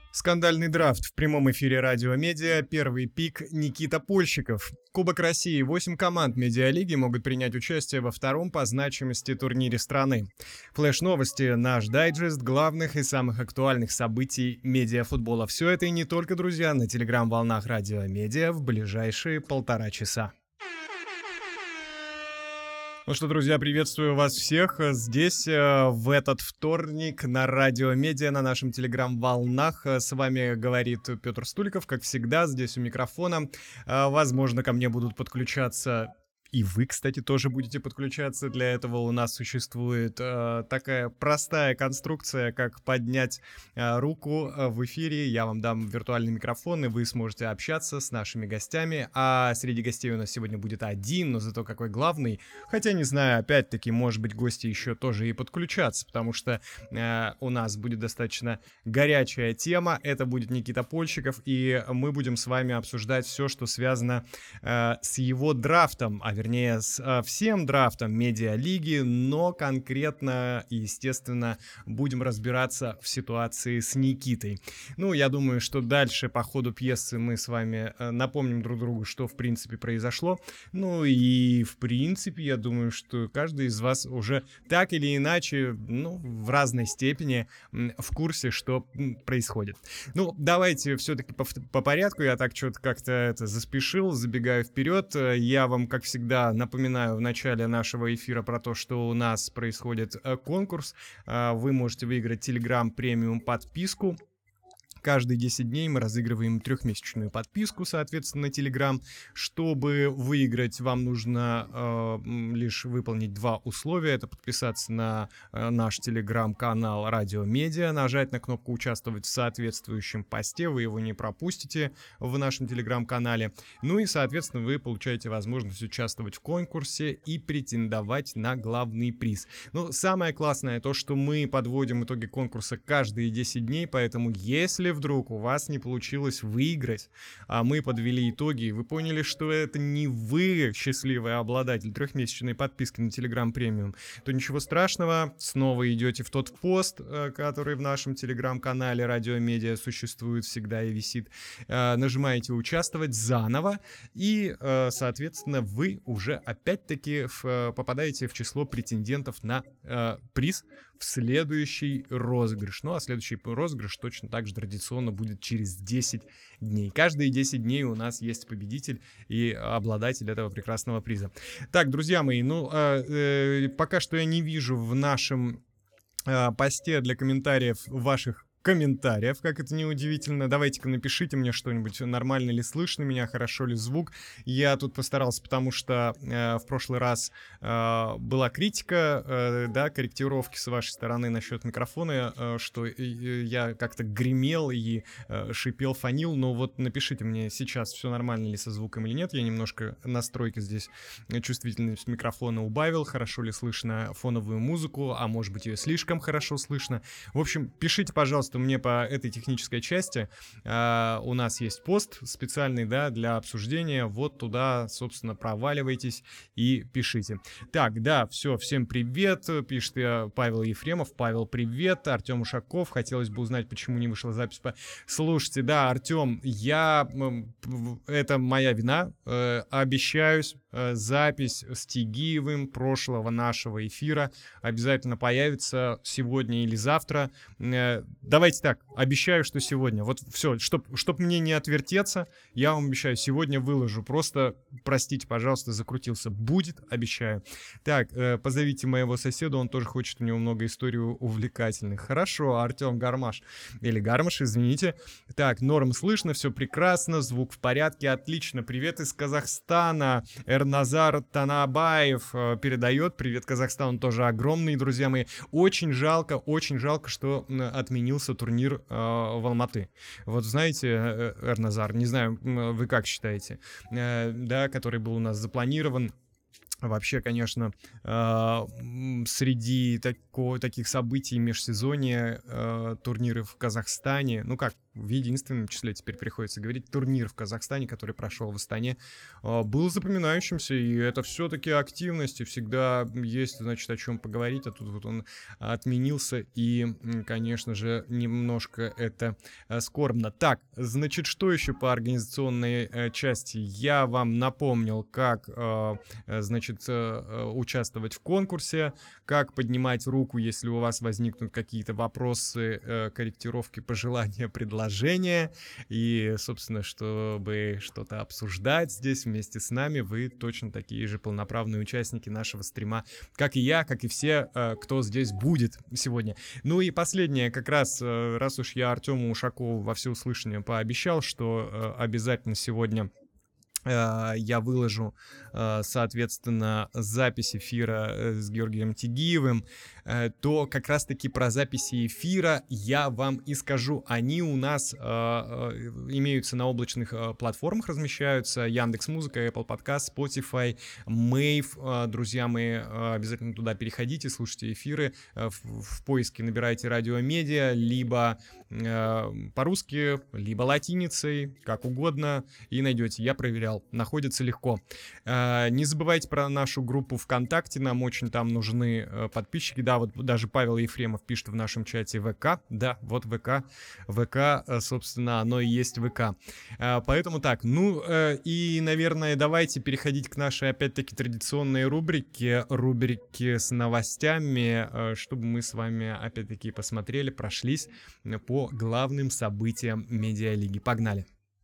Скандальный драфт в прямом эфире Радио Медиа. Первый пик Никита Польщиков. Кубок России. 8 команд Медиалиги могут принять участие во втором по значимости турнире страны. Флэш-новости. Наш дайджест главных и самых актуальных событий медиафутбола. Все это и не только, друзья, на телеграм-волнах Радио Медиа в ближайшие 1,5 часа. Ну что, друзья, приветствую вас всех здесь в этот вторник на Радио Медиа, на нашем телеграм-волнах. С вами говорит Петр Стуликов, как всегда, здесь у микрофона. Возможно, ко мне будут подключаться... И вы, кстати, тоже будете подключаться. Для этого у нас существует такая простая конструкция, как поднять руку в эфире. Я вам дам виртуальный микрофон, и вы сможете общаться с нашими гостями. А среди гостей у нас сегодня будет один, но зато какой главный. Хотя, не знаю, опять-таки, может быть, гости еще тоже и подключатся, потому что у нас будет достаточно горячая тема. Это будет Никита Польщиков, и мы будем с вами обсуждать все, что связано с его драфтом, вернее, с всем драфтом медиалиги, но конкретно, естественно, будем разбираться в ситуации с Никитой. Ну, я думаю, что дальше по ходу пьесы мы с вами напомним друг другу, что, в принципе, произошло. Ну, и, в принципе, я думаю, что каждый из вас уже так или иначе, ну, в разной степени в курсе, что происходит. Ну, давайте все-таки по порядку. Я так что-то как-то заспешил, забегаю вперед. Я вам, как всегда, напоминаю в начале нашего эфира про то, что у нас происходит конкурс. Вы можете выиграть Telegram премиум подписку. Каждые 10 дней мы разыгрываем трехмесячную подписку, соответственно, на Telegram. Чтобы выиграть, вам нужно лишь выполнить два условия. Это подписаться на наш Telegram-канал Радио Медиа, нажать на кнопку «Участвовать» в соответствующем посте. Вы его не пропустите в нашем Telegram-канале. Ну и, соответственно, вы получаете возможность участвовать в конкурсе и претендовать на главный приз. Ну, самое классное то, что мы подводим итоги конкурса каждые 10 дней, поэтому если вдруг у вас не получилось выиграть, а мы подвели итоги, и вы поняли, что это не вы счастливый обладатель трехмесячной подписки на Telegram премиум, то ничего страшного, снова идете в тот пост, который в нашем Telegram-канале Радио Медиа существует всегда и висит, нажимаете «Участвовать» заново, и, соответственно, вы уже опять-таки попадаете в число претендентов на приз в следующий розыгрыш. Ну, а следующий розыгрыш точно так же традиционно будет через 10 дней. Каждые 10 дней у нас есть победитель и обладатель этого прекрасного приза. Так, друзья мои, ну, пока что я не вижу в нашем посте для комментариев ваших комментариев, как это неудивительно. Давайте-ка напишите мне что-нибудь, нормально ли слышно меня, хорошо ли звук. Я тут постарался, потому что в прошлый раз была критика, да, корректировки с вашей стороны насчет микрофона, что я как-то гремел и шипел, фонил. Но вот напишите мне сейчас, все нормально ли со звуком или нет. Я немножко настройки здесь, чувствительность микрофона убавил, хорошо ли слышно фоновую музыку, а может быть ее слишком хорошо слышно. В общем, пишите, пожалуйста, мне по этой технической части. У нас есть пост специальный, да, для обсуждения. Вот туда, собственно, проваливайтесь и пишите. Так, да, все, всем привет. Пишет Павел Ефремов. Павел, привет. Артем Ушаков. Хотелось бы узнать, почему не вышла запись. Слушайте, да, Артем, это моя вина. Обещаюсь, запись с Тигиевым прошлого нашего эфира обязательно появится сегодня или завтра. Давайте так, обещаю, что сегодня. Вот все, чтоб мне не отвертеться, я вам обещаю, сегодня выложу. Просто, простите, пожалуйста, закрутился. Будет, обещаю. Так, позовите моего соседа, он тоже хочет, у него много историй увлекательных. Хорошо, Артем Гармаш. Или Гармаш, извините. Так, норм слышно, все прекрасно, звук в порядке, отлично. Привет из Казахстана. Эрназар Танабаев передает. Привет, Казахстан, тоже огромный, друзья мои. Очень жалко, что отменился турнир в Алматы. Вот знаете, Эрназар, не знаю, вы как считаете, да, который был у нас запланирован. Вообще, конечно, среди таких событий межсезонья, турниры в Казахстане, ну как, в единственном числе теперь приходится говорить, турнир в Казахстане, который прошел в Астане, был запоминающимся, и это все-таки активность, и всегда есть, значит, о чем поговорить, а тут вот он отменился, и, конечно же, немножко это скорбно. Так, значит, что еще по организационной части? Я вам напомнил, как, значит, участвовать в конкурсе, как поднимать руку, если у вас возникнут какие-то вопросы, корректировки, пожелания, предложения. И, собственно, чтобы что-то обсуждать здесь вместе с нами, вы точно такие же полноправные участники нашего стрима, как и я, как и все, кто здесь будет сегодня. Ну и последнее, как раз, раз уж я Артему Ушакову во всеуслышание пообещал, что обязательно сегодня я выложу, соответственно, запись эфира с Георгием Тигиевым, то как раз-таки про записи эфира я вам и скажу. Они у нас имеются на облачных платформах, размещаются: Яндекс.Музыка, Apple Podcast, Spotify, Mave. Друзья мои, обязательно туда переходите, слушайте эфиры. В поиске набирайте «Радиомедиа», либо по-русски, либо латиницей, как угодно, и найдете. Я проверял, находится легко. Не забывайте про нашу группу ВКонтакте, нам очень там нужны подписчики. Да, вот даже Павел Ефремов пишет в нашем чате ВК. Да, вот ВК. ВК, собственно, оно и есть ВК. Поэтому так, ну и, наверное, давайте переходить к нашей, опять-таки, традиционной рубрике с новостями, чтобы мы с вами, опять-таки, посмотрели, прошлись по главным событиям Медиалиги. Погнали!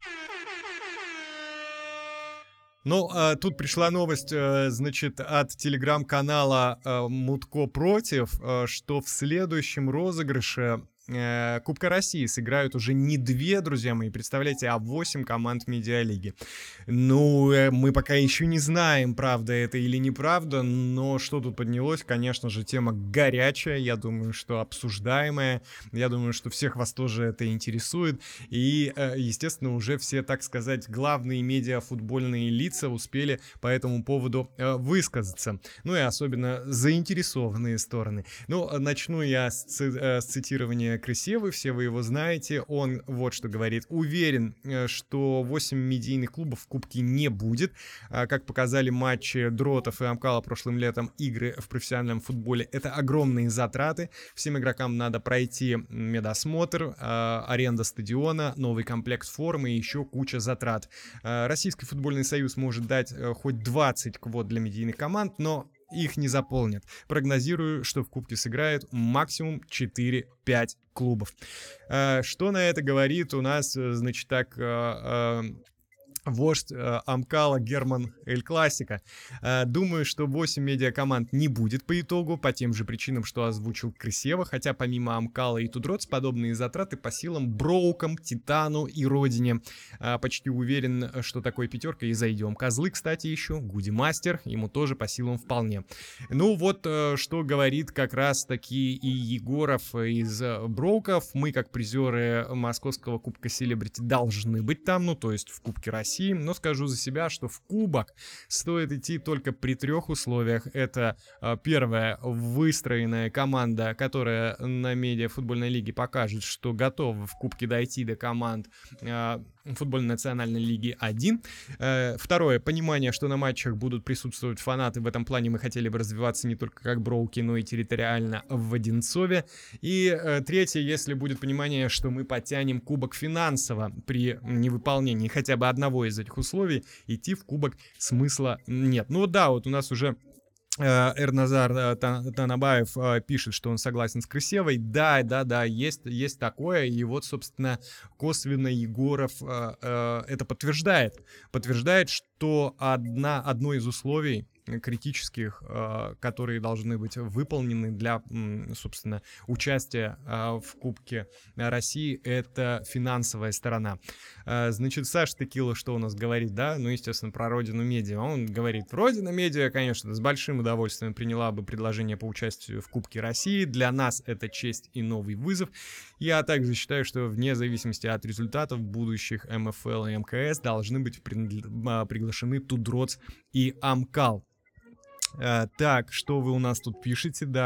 Ну, тут пришла новость, значит, от телеграм-канала Мутко Против, что в следующем розыгрыше Кубка России сыграют уже не 2, друзья мои, представляете, а 8 команд Медиалиги. Ну, мы пока еще не знаем, правда это или неправда, но что тут поднялось, конечно же, тема горячая, я думаю, что обсуждаемая, я думаю, что всех вас тоже это интересует, и, естественно, уже все, так сказать, главные медиафутбольные лица успели по этому поводу высказаться, ну и особенно заинтересованные стороны. Ну, начну я с цитирования Крысевы, все вы его знаете, он вот что говорит: уверен, что 8 медийных клубов в Кубке не будет. Как показали матчи Дротов и Амкала прошлым летом, игры в профессиональном футболе — это огромные затраты, всем игрокам надо пройти медосмотр, аренда стадиона, новый комплект формы и еще куча затрат. Российский футбольный союз может дать хоть 20 квот для медийных команд, но их не заполнят. Прогнозирую, что в Кубке сыграет максимум 4-5 клубов. Что на это говорит у нас, значит, так, вождь Амкала Герман Эль Классика? Думаю, что 8 медиакоманд не будет по итогу, по тем же причинам, что озвучил Крысева, хотя помимо Амкала и Тудроц подобные затраты по силам Броукам, Титану и Родине. Почти уверен, что такой пятеркой и зайдем. Козлы, кстати, еще, Гуди Мастер, ему тоже по силам вполне. Ну вот, что говорит как раз таки и Егоров из Броуков. Мы, как призеры московского Кубка Селебрити, должны быть там, ну то есть в Кубке России. Но скажу за себя, что в Кубок стоит идти только при 3 условиях. Это первое: выстроенная команда, которая на медиафутбольной лиге покажет, что готова в Кубке дойти до команд футбольной национальной лиги 1. Второе: понимание, что на матчах будут присутствовать фанаты. В этом плане мы хотели бы развиваться не только как Броуки, но и территориально в Одинцове. И третье: если будет понимание, что мы потянем Кубок финансово при невыполнении хотя бы одного из этих условий, идти в Кубок смысла нет. Ну да, вот у нас уже Эрназар Танабаев пишет, что он согласен с Крысевой. Да, есть такое. И вот, собственно, косвенно Егоров это подтверждает. Подтверждает, что одно из условий критических, которые должны быть выполнены для, собственно, участия в Кубке России, это финансовая сторона. Значит, Саша Текила что у нас говорит, да? Ну, естественно, про Родину Медиа. Он говорит: Родина Медиа, конечно, с большим удовольствием приняла бы предложение по участию в Кубке России. Для нас это честь и новый вызов. Я также считаю, что вне зависимости от результатов будущих МФЛ и МКС должны быть приглашены Тудроц и Амкал. Так, что вы у нас тут пишете? Да,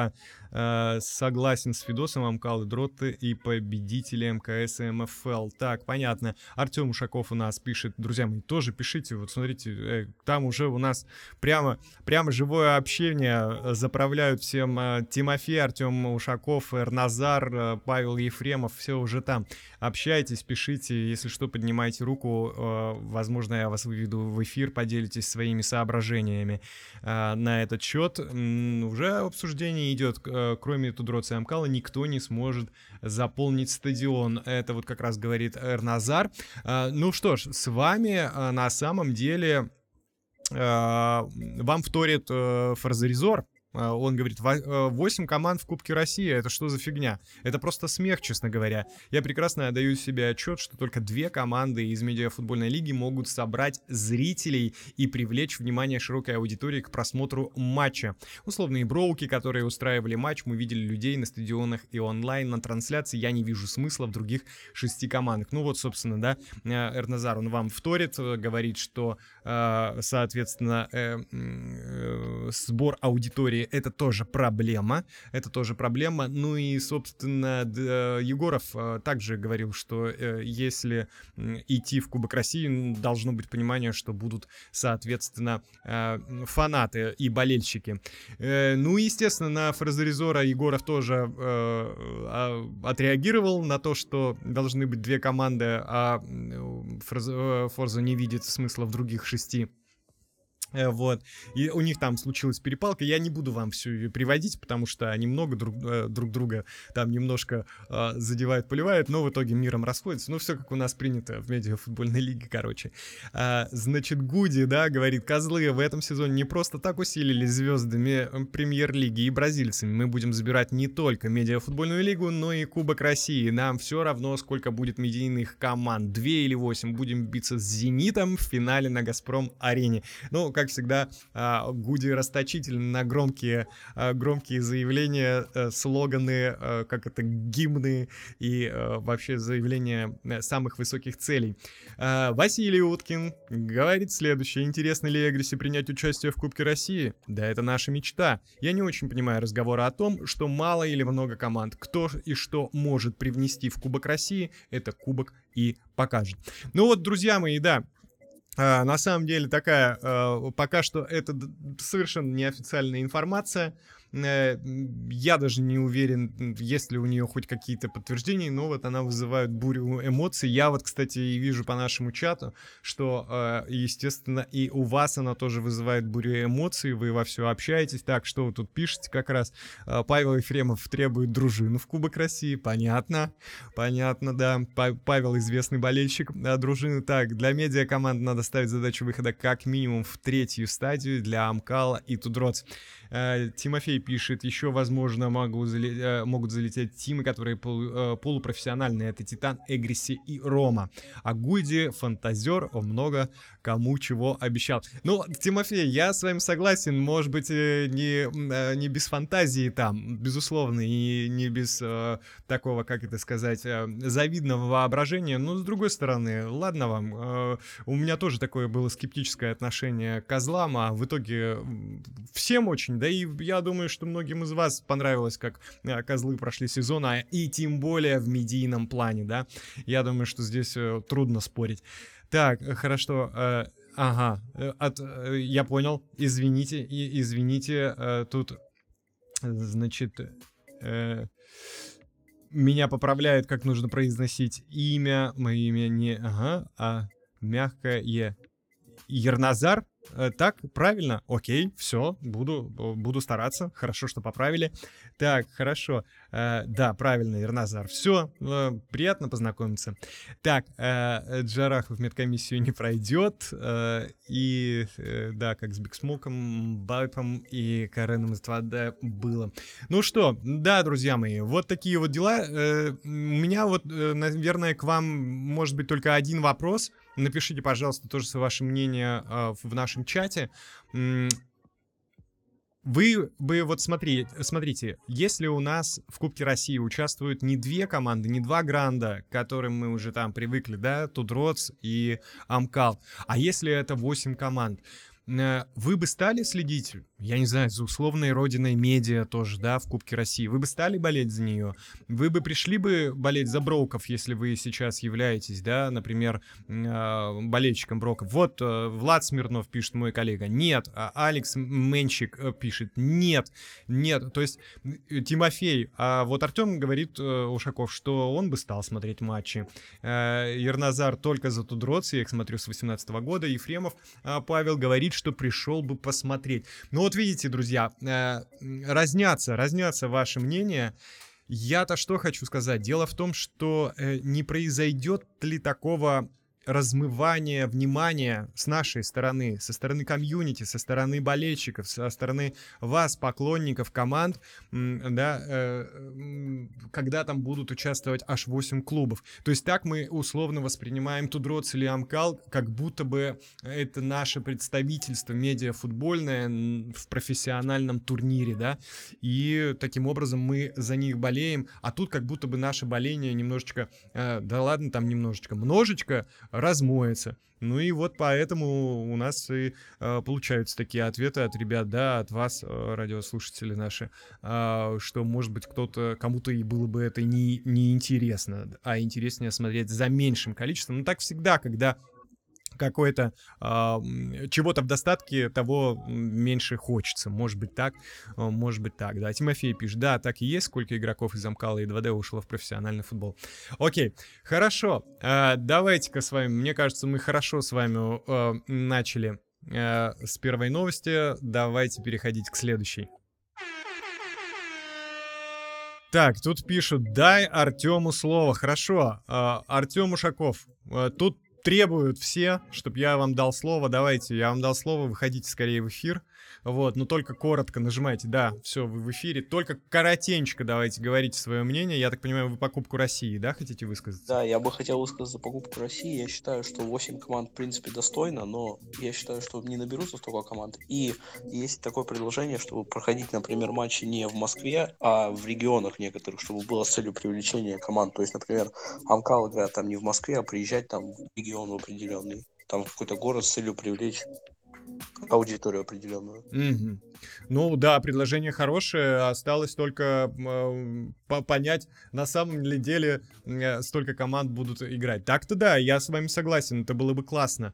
Согласен с Фидосом, Амкал и Дроты и победители МКС и МФЛ. Так, понятно. Артем Ушаков у нас пишет. Друзья мои, тоже пишите. Вот смотрите, там уже у нас прямо живое общение. Заправляют всем Тимофей, Артем Ушаков, Эрназар, Павел Ефремов. Все уже там. Общайтесь, пишите. Если что, поднимайте руку. Возможно, я вас выведу в эфир, поделитесь своими соображениями на этот счет. Уже обсуждение идет. Кроме Тудроца и Амкала никто не сможет заполнить стадион. Это вот как раз говорит Эрназар. Ну что ж, с вами на самом деле вам вторит Форзаризор. Он говорит, 8 команд в Кубке России, это что за фигня? Это просто смех, честно говоря. Я прекрасно отдаю себе отчет, что только 2 команды из медиафутбольной лиги могут собрать зрителей и привлечь внимание широкой аудитории к просмотру матча. Условные броуки, которые устраивали матч, мы видели людей на стадионах и онлайн, на трансляции. Я не вижу смысла в других 6 командах. Ну вот, собственно, да, Эрназар, он вам вторит, говорит, что, соответственно, сбор аудитории — это тоже проблема. Ну и, собственно, Егоров также говорил, что если идти в Кубок России, должно быть понимание, что будут, соответственно, фанаты и болельщики. Ну и, естественно, на Форзаризора Егоров тоже отреагировал на то, что должны быть 2 команды, а Форза не видит смысла в других 6. Вот, и у них там случилась перепалка. Я не буду вам всю ее приводить, потому что они много друг друга там немножко задевают, поливают, но в итоге миром расходятся. Ну, все как у нас принято в медиафутбольной лиге, короче. Значит, Гуди, да, говорит, козлы в этом сезоне не просто так усилились звездами премьер-лиги и бразильцами. Мы будем забирать не только медиафутбольную лигу, но и Кубок России. Нам все равно, сколько будет медийных команд, 2 или 8. Будем биться с «Зенитом» в финале на «Газпром-арене». Ну, как всегда, Гуди расточителен на громкие заявления, слоганы, гимны и вообще заявления самых высоких целей. Василий Уткин говорит следующее. Интересно ли Эгрисе принять участие в Кубке России? Да, это наша мечта. Я не очень понимаю разговора о том, что мало или много команд. Кто и что может привнести в Кубок России, это Кубок и покажет. Ну вот, друзья мои, да, на самом деле такая, пока что это совершенно неофициальная информация. Я даже не уверен, есть ли у нее хоть какие-то подтверждения, но вот она вызывает бурю эмоций. Я вот, кстати, и вижу по нашему чату, что, естественно, и у вас она тоже вызывает бурю эмоций, вы во все общаетесь. Так, что вы тут пишете как раз? Павел Ефремов требует дружину в Кубок России. Понятно, да. Павел известный болельщик дружины. Так, для медиакоманд надо ставить задачу выхода как минимум в 3-ю стадию для Амкала и Тудроц. Тимофей пишет, еще, возможно, могут залететь тимы, которые полупрофессиональные. Это Титан, Эгриси и Рома. А Гуди, фантазер, он много кому чего обещал. Ну, Тимофей, я с вами согласен, может быть, не без фантазии там, безусловно, и не без такого, как это сказать, завидного воображения, но с другой стороны, ладно вам, у меня тоже такое было скептическое отношение к козлам, а в итоге всем очень, да и я думаю, что многим из вас понравилось, как козлы прошли сезон, и тем более в медийном плане, да, я думаю, что здесь трудно спорить. Так, хорошо, я понял, извините, тут, значит, меня поправляют, как нужно произносить имя, мое имя не, мягкое, Ерназар. Так, правильно? Окей, все, буду стараться. Хорошо, что поправили. Так, хорошо. Да, правильно, Ерназар. Все, приятно познакомиться. Так, Джарахов медкомиссию не пройдет. И, да, как с Бигсмоком, Байпом и Кареном из 2D было. Ну что, да, друзья мои, вот такие вот дела. У меня вот, наверное, к вам может быть только один вопрос. Напишите, пожалуйста, тоже ваше мнение в нашем чате. Вы бы вот смотрите, если у нас в Кубке России участвуют не 2 команды, не 2 гранда, к которым мы уже там привыкли, да, Тудроц и Амкал, а если это 8 команд, вы бы стали следить, я не знаю, за условной родиной медиа тоже, да, в Кубке России? Вы бы стали болеть за нее? Вы бы пришли бы болеть за Броков, если вы сейчас являетесь, да, например, болельщиком Броков? Вот Влад Смирнов пишет, мой коллега, нет. Алекс Менчик пишет, нет, нет. То есть Тимофей, а вот Артем говорит, Ушаков, что он бы стал смотреть матчи. Ерназар только за Тудроц, я их смотрю с 18 года. Ефремов Павел говорит, что пришел бы посмотреть. Ну вот видите, друзья, разнятся ваши мнения. Я-то что хочу сказать? Дело в том, что не произойдет ли такого размывания внимания с нашей стороны, со стороны комьюнити, со стороны болельщиков, со стороны вас, поклонников команд, да, когда там будут участвовать аж 8 клубов. То есть так мы условно воспринимаем Тудроц или Амкал, как будто бы это наше представительство медиафутбольное в профессиональном турнире, да, и таким образом мы за них болеем, а тут как будто бы наше боление немножечко, да ладно, там немножечко, множечко размоется. Ну и вот поэтому у нас и получаются такие ответы от ребят, да, от вас, радиослушатели наши, что, может быть, кому-то и было бы это не интересно, а интереснее смотреть за меньшим количеством. Ну так всегда, когда какое-то чего-то в достатке, того меньше хочется. Может быть так, да. Тимофей пишет, да, так и есть, сколько игроков из Амкала и 2D ушло в профессиональный футбол. Окей, хорошо, давайте-ка с вами, мне кажется, мы хорошо с вами начали с первой новости, давайте переходить к следующей. Так, тут пишут, дай Артему слово. Хорошо, Артем Ушаков, тут требуют все, чтобы я вам дал слово. Давайте, я вам дал слово, выходите скорее в эфир. Вот, но только коротко нажимайте. Да, все, вы в эфире. Только коротенько давайте говорите свое мнение. Я так понимаю, вы покупку России, да, хотите высказаться? Да, я бы хотел высказать за покупку России. Я считаю, что 8 команд, в принципе, достойно, но я считаю, что не наберутся столько команд. И есть такое предложение, чтобы проходить, например, матчи не в Москве, а в регионах некоторых, чтобы было с целью привлечения команд. То есть, например, Амкал играет там не в Москве, а приезжать там в регион определенный. Там в какой-то город с целью привлечь аудиторию определенную. Угу. Ну да, предложение хорошее, осталось только понять, на самом ли деле столько команд будут играть. Так-то да, я с вами согласен, это было бы классно.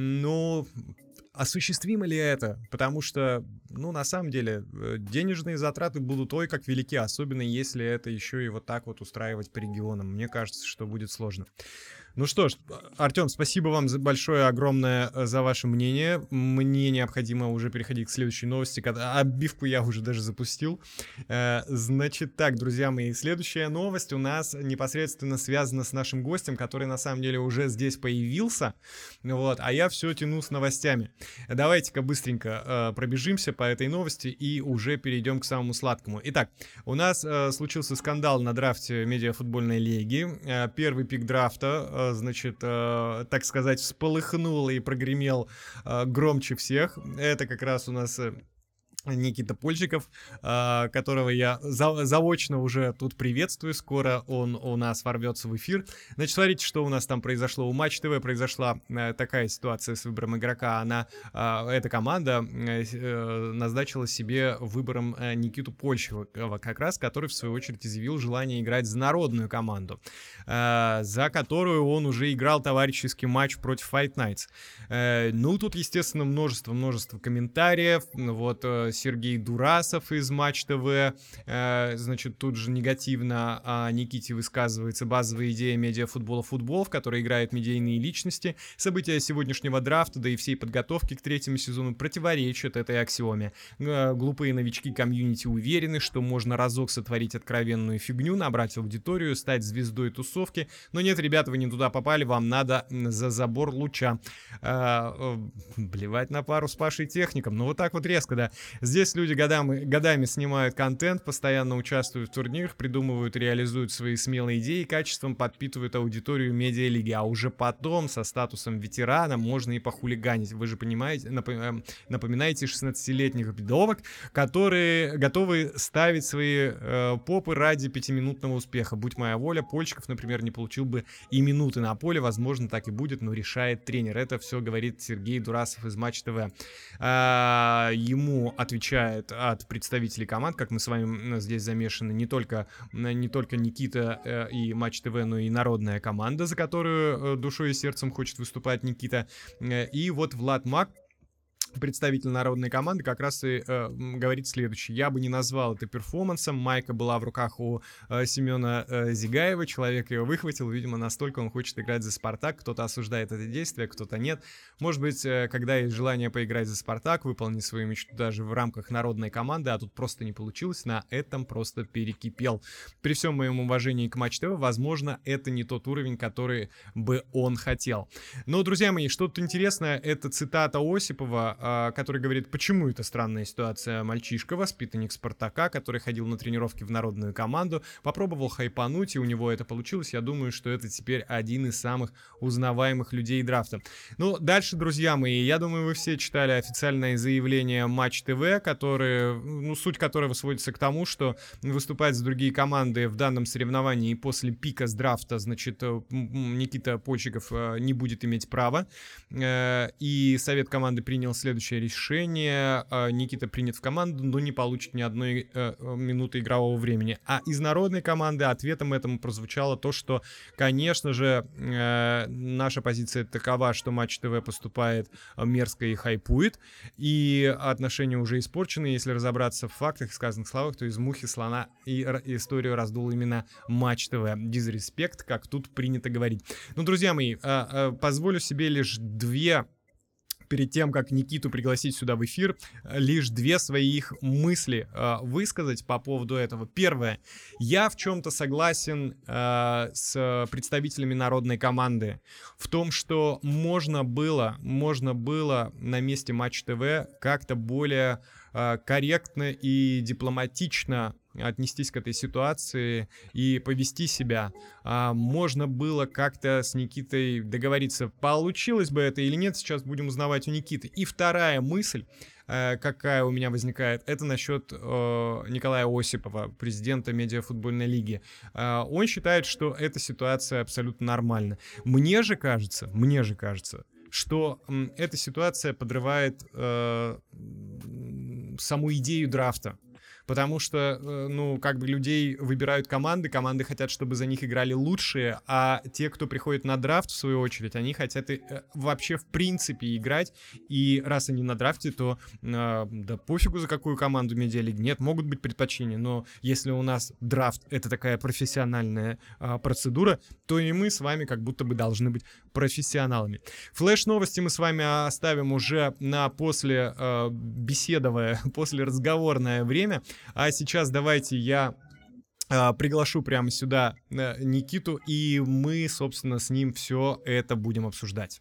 Но осуществимо ли это? Потому что, ну, на самом деле, денежные затраты будут ой как велики, особенно если это еще и вот так вот устраивать по регионам. Мне кажется, что будет сложно. Ну что ж, Артем, спасибо вам большое, огромное за ваше мнение. Мне необходимо уже переходить к следующей новости. Оббивку я уже даже запустил. Значит так, друзья мои, следующая новость у нас непосредственно связана с нашим гостем, который на самом деле уже здесь появился. Вот, а я все тяну с новостями. Давайте-ка быстренько пробежимся по этой новости и уже перейдем к самому сладкому. Итак, у нас случился скандал на драфте медиафутбольной лиги. Первый пик драфта, значит, так сказать, всполыхнул и прогремел громче всех. Это как раз у нас Никита Польщиков, которого я заочно уже тут приветствую. Скоро он у нас ворвется в эфир. Значит, смотрите, что у нас там произошло. У Матч ТВ произошла такая ситуация с выбором игрока. Эта команда назначила себе выбором Никиту Польщикова, как раз, который в свою очередь изъявил желание играть за народную команду, за которую он уже играл товарищеский матч против Fight Nights. Ну, тут, естественно, множество комментариев. Вот Сергей Дурасов из Матч ТВ, значит, тут же негативно о Никите высказывается. Базовая идея медиафутбола футбол, в которой играют медийные личности. События сегодняшнего драфта, да и всей подготовки к третьему сезону противоречат этой аксиоме. Глупые новички комьюнити уверены, что можно разок сотворить откровенную фигню, набрать аудиторию, стать звездой тусовки. Но нет, ребята, вы не туда попали, вам надо за забор луча. Блевать на пару с Пашей Техником. Ну вот так вот резко, да. Здесь люди годами снимают контент, постоянно участвуют в турнирах, придумывают и реализуют свои смелые идеи, качеством подпитывают аудиторию медиалиги, а уже потом со статусом ветерана можно и похулиганить. Вы же понимаете, напоминаете 16-летних бедовок, которые готовы ставить свои попы ради 5-минутного успеха. Будь моя воля, Польчиков, например, не получил бы и минуты на поле, возможно, так и будет, но решает тренер. Это все говорит Сергей Дурасов из Матч ТВ. Ему отвечает от представителей команд, как мы с вами здесь замешаны, не только Никита и Матч ТВ, но и народная команда, за которую душой и сердцем хочет выступать Никита. И вот Влад Мак, представитель народной команды, как раз и говорит следующее. Я бы не назвал это перформансом. Майка была в руках у Семена Зигаева. Человек ее выхватил. Видимо, настолько он хочет играть за Спартак. Кто-то осуждает это действие, кто-то нет. Может быть, когда есть желание поиграть за Спартак, выполнить свою мечту даже в рамках народной команды, а тут просто не получилось, на этом просто перекипел. При всем моем уважении к Матч ТВ, возможно, это не тот уровень, который бы он хотел. Но, друзья мои, что-то интересное, это цитата Осипова, который говорит, почему это странная ситуация. Мальчишка, воспитанник Спартака, который ходил на тренировки в народную команду, попробовал хайпануть, и у него это получилось. Я думаю, что это теперь один из самых узнаваемых людей драфта. Ну, дальше, друзья мои, я думаю, вы все читали официальное заявление Матч ТВ, суть которого сводится к тому, что выступать за другие команды в данном соревновании после пика с драфта, значит, Никита Польчиков не будет иметь права. И совет команды принял следующее решение. Никита принят в команду, но не получит ни одной минуты игрового времени. А из народной команды ответом этому прозвучало то, что, конечно же, наша позиция такова, что Матч ТВ поступает мерзко и хайпует, и отношения уже испорчены. Если разобраться в фактах и сказанных словах, то из мухи слона и историю раздул именно Матч ТВ. Дизреспект, как тут принято говорить. Ну, друзья мои, позволю себе лишь перед тем, как Никиту пригласить сюда в эфир, лишь две своих мысли высказать по поводу этого. Первое. Я в чем-то согласен с представителями народной команды в том, что можно было на месте Матч ТВ как-то более корректно и дипломатично отнестись к этой ситуации и повести себя. Можно было как-то с Никитой договориться, получилось бы это или нет, сейчас будем узнавать у Никиты. И вторая мысль, какая у меня возникает, это насчет Николая Осипова, президента Медиафутбольной лиги. Он считает, что эта ситуация абсолютно нормальна. Мне же кажется, что эта ситуация подрывает саму идею драфта. Потому что, людей выбирают команды хотят, чтобы за них играли лучшие, а те, кто приходит на драфт, в свою очередь, они хотят вообще в принципе играть, и раз они на драфте, то да пофигу, за какую команду медиалиги. Нет, могут быть предпочтения, но если у нас драфт — это такая профессиональная процедура, то и мы с вами как будто бы должны быть профессионалами. Флэш-новости мы с вами оставим уже на после разговорное время. А сейчас давайте я приглашу прямо сюда Никиту, и мы, собственно, с ним все это будем обсуждать.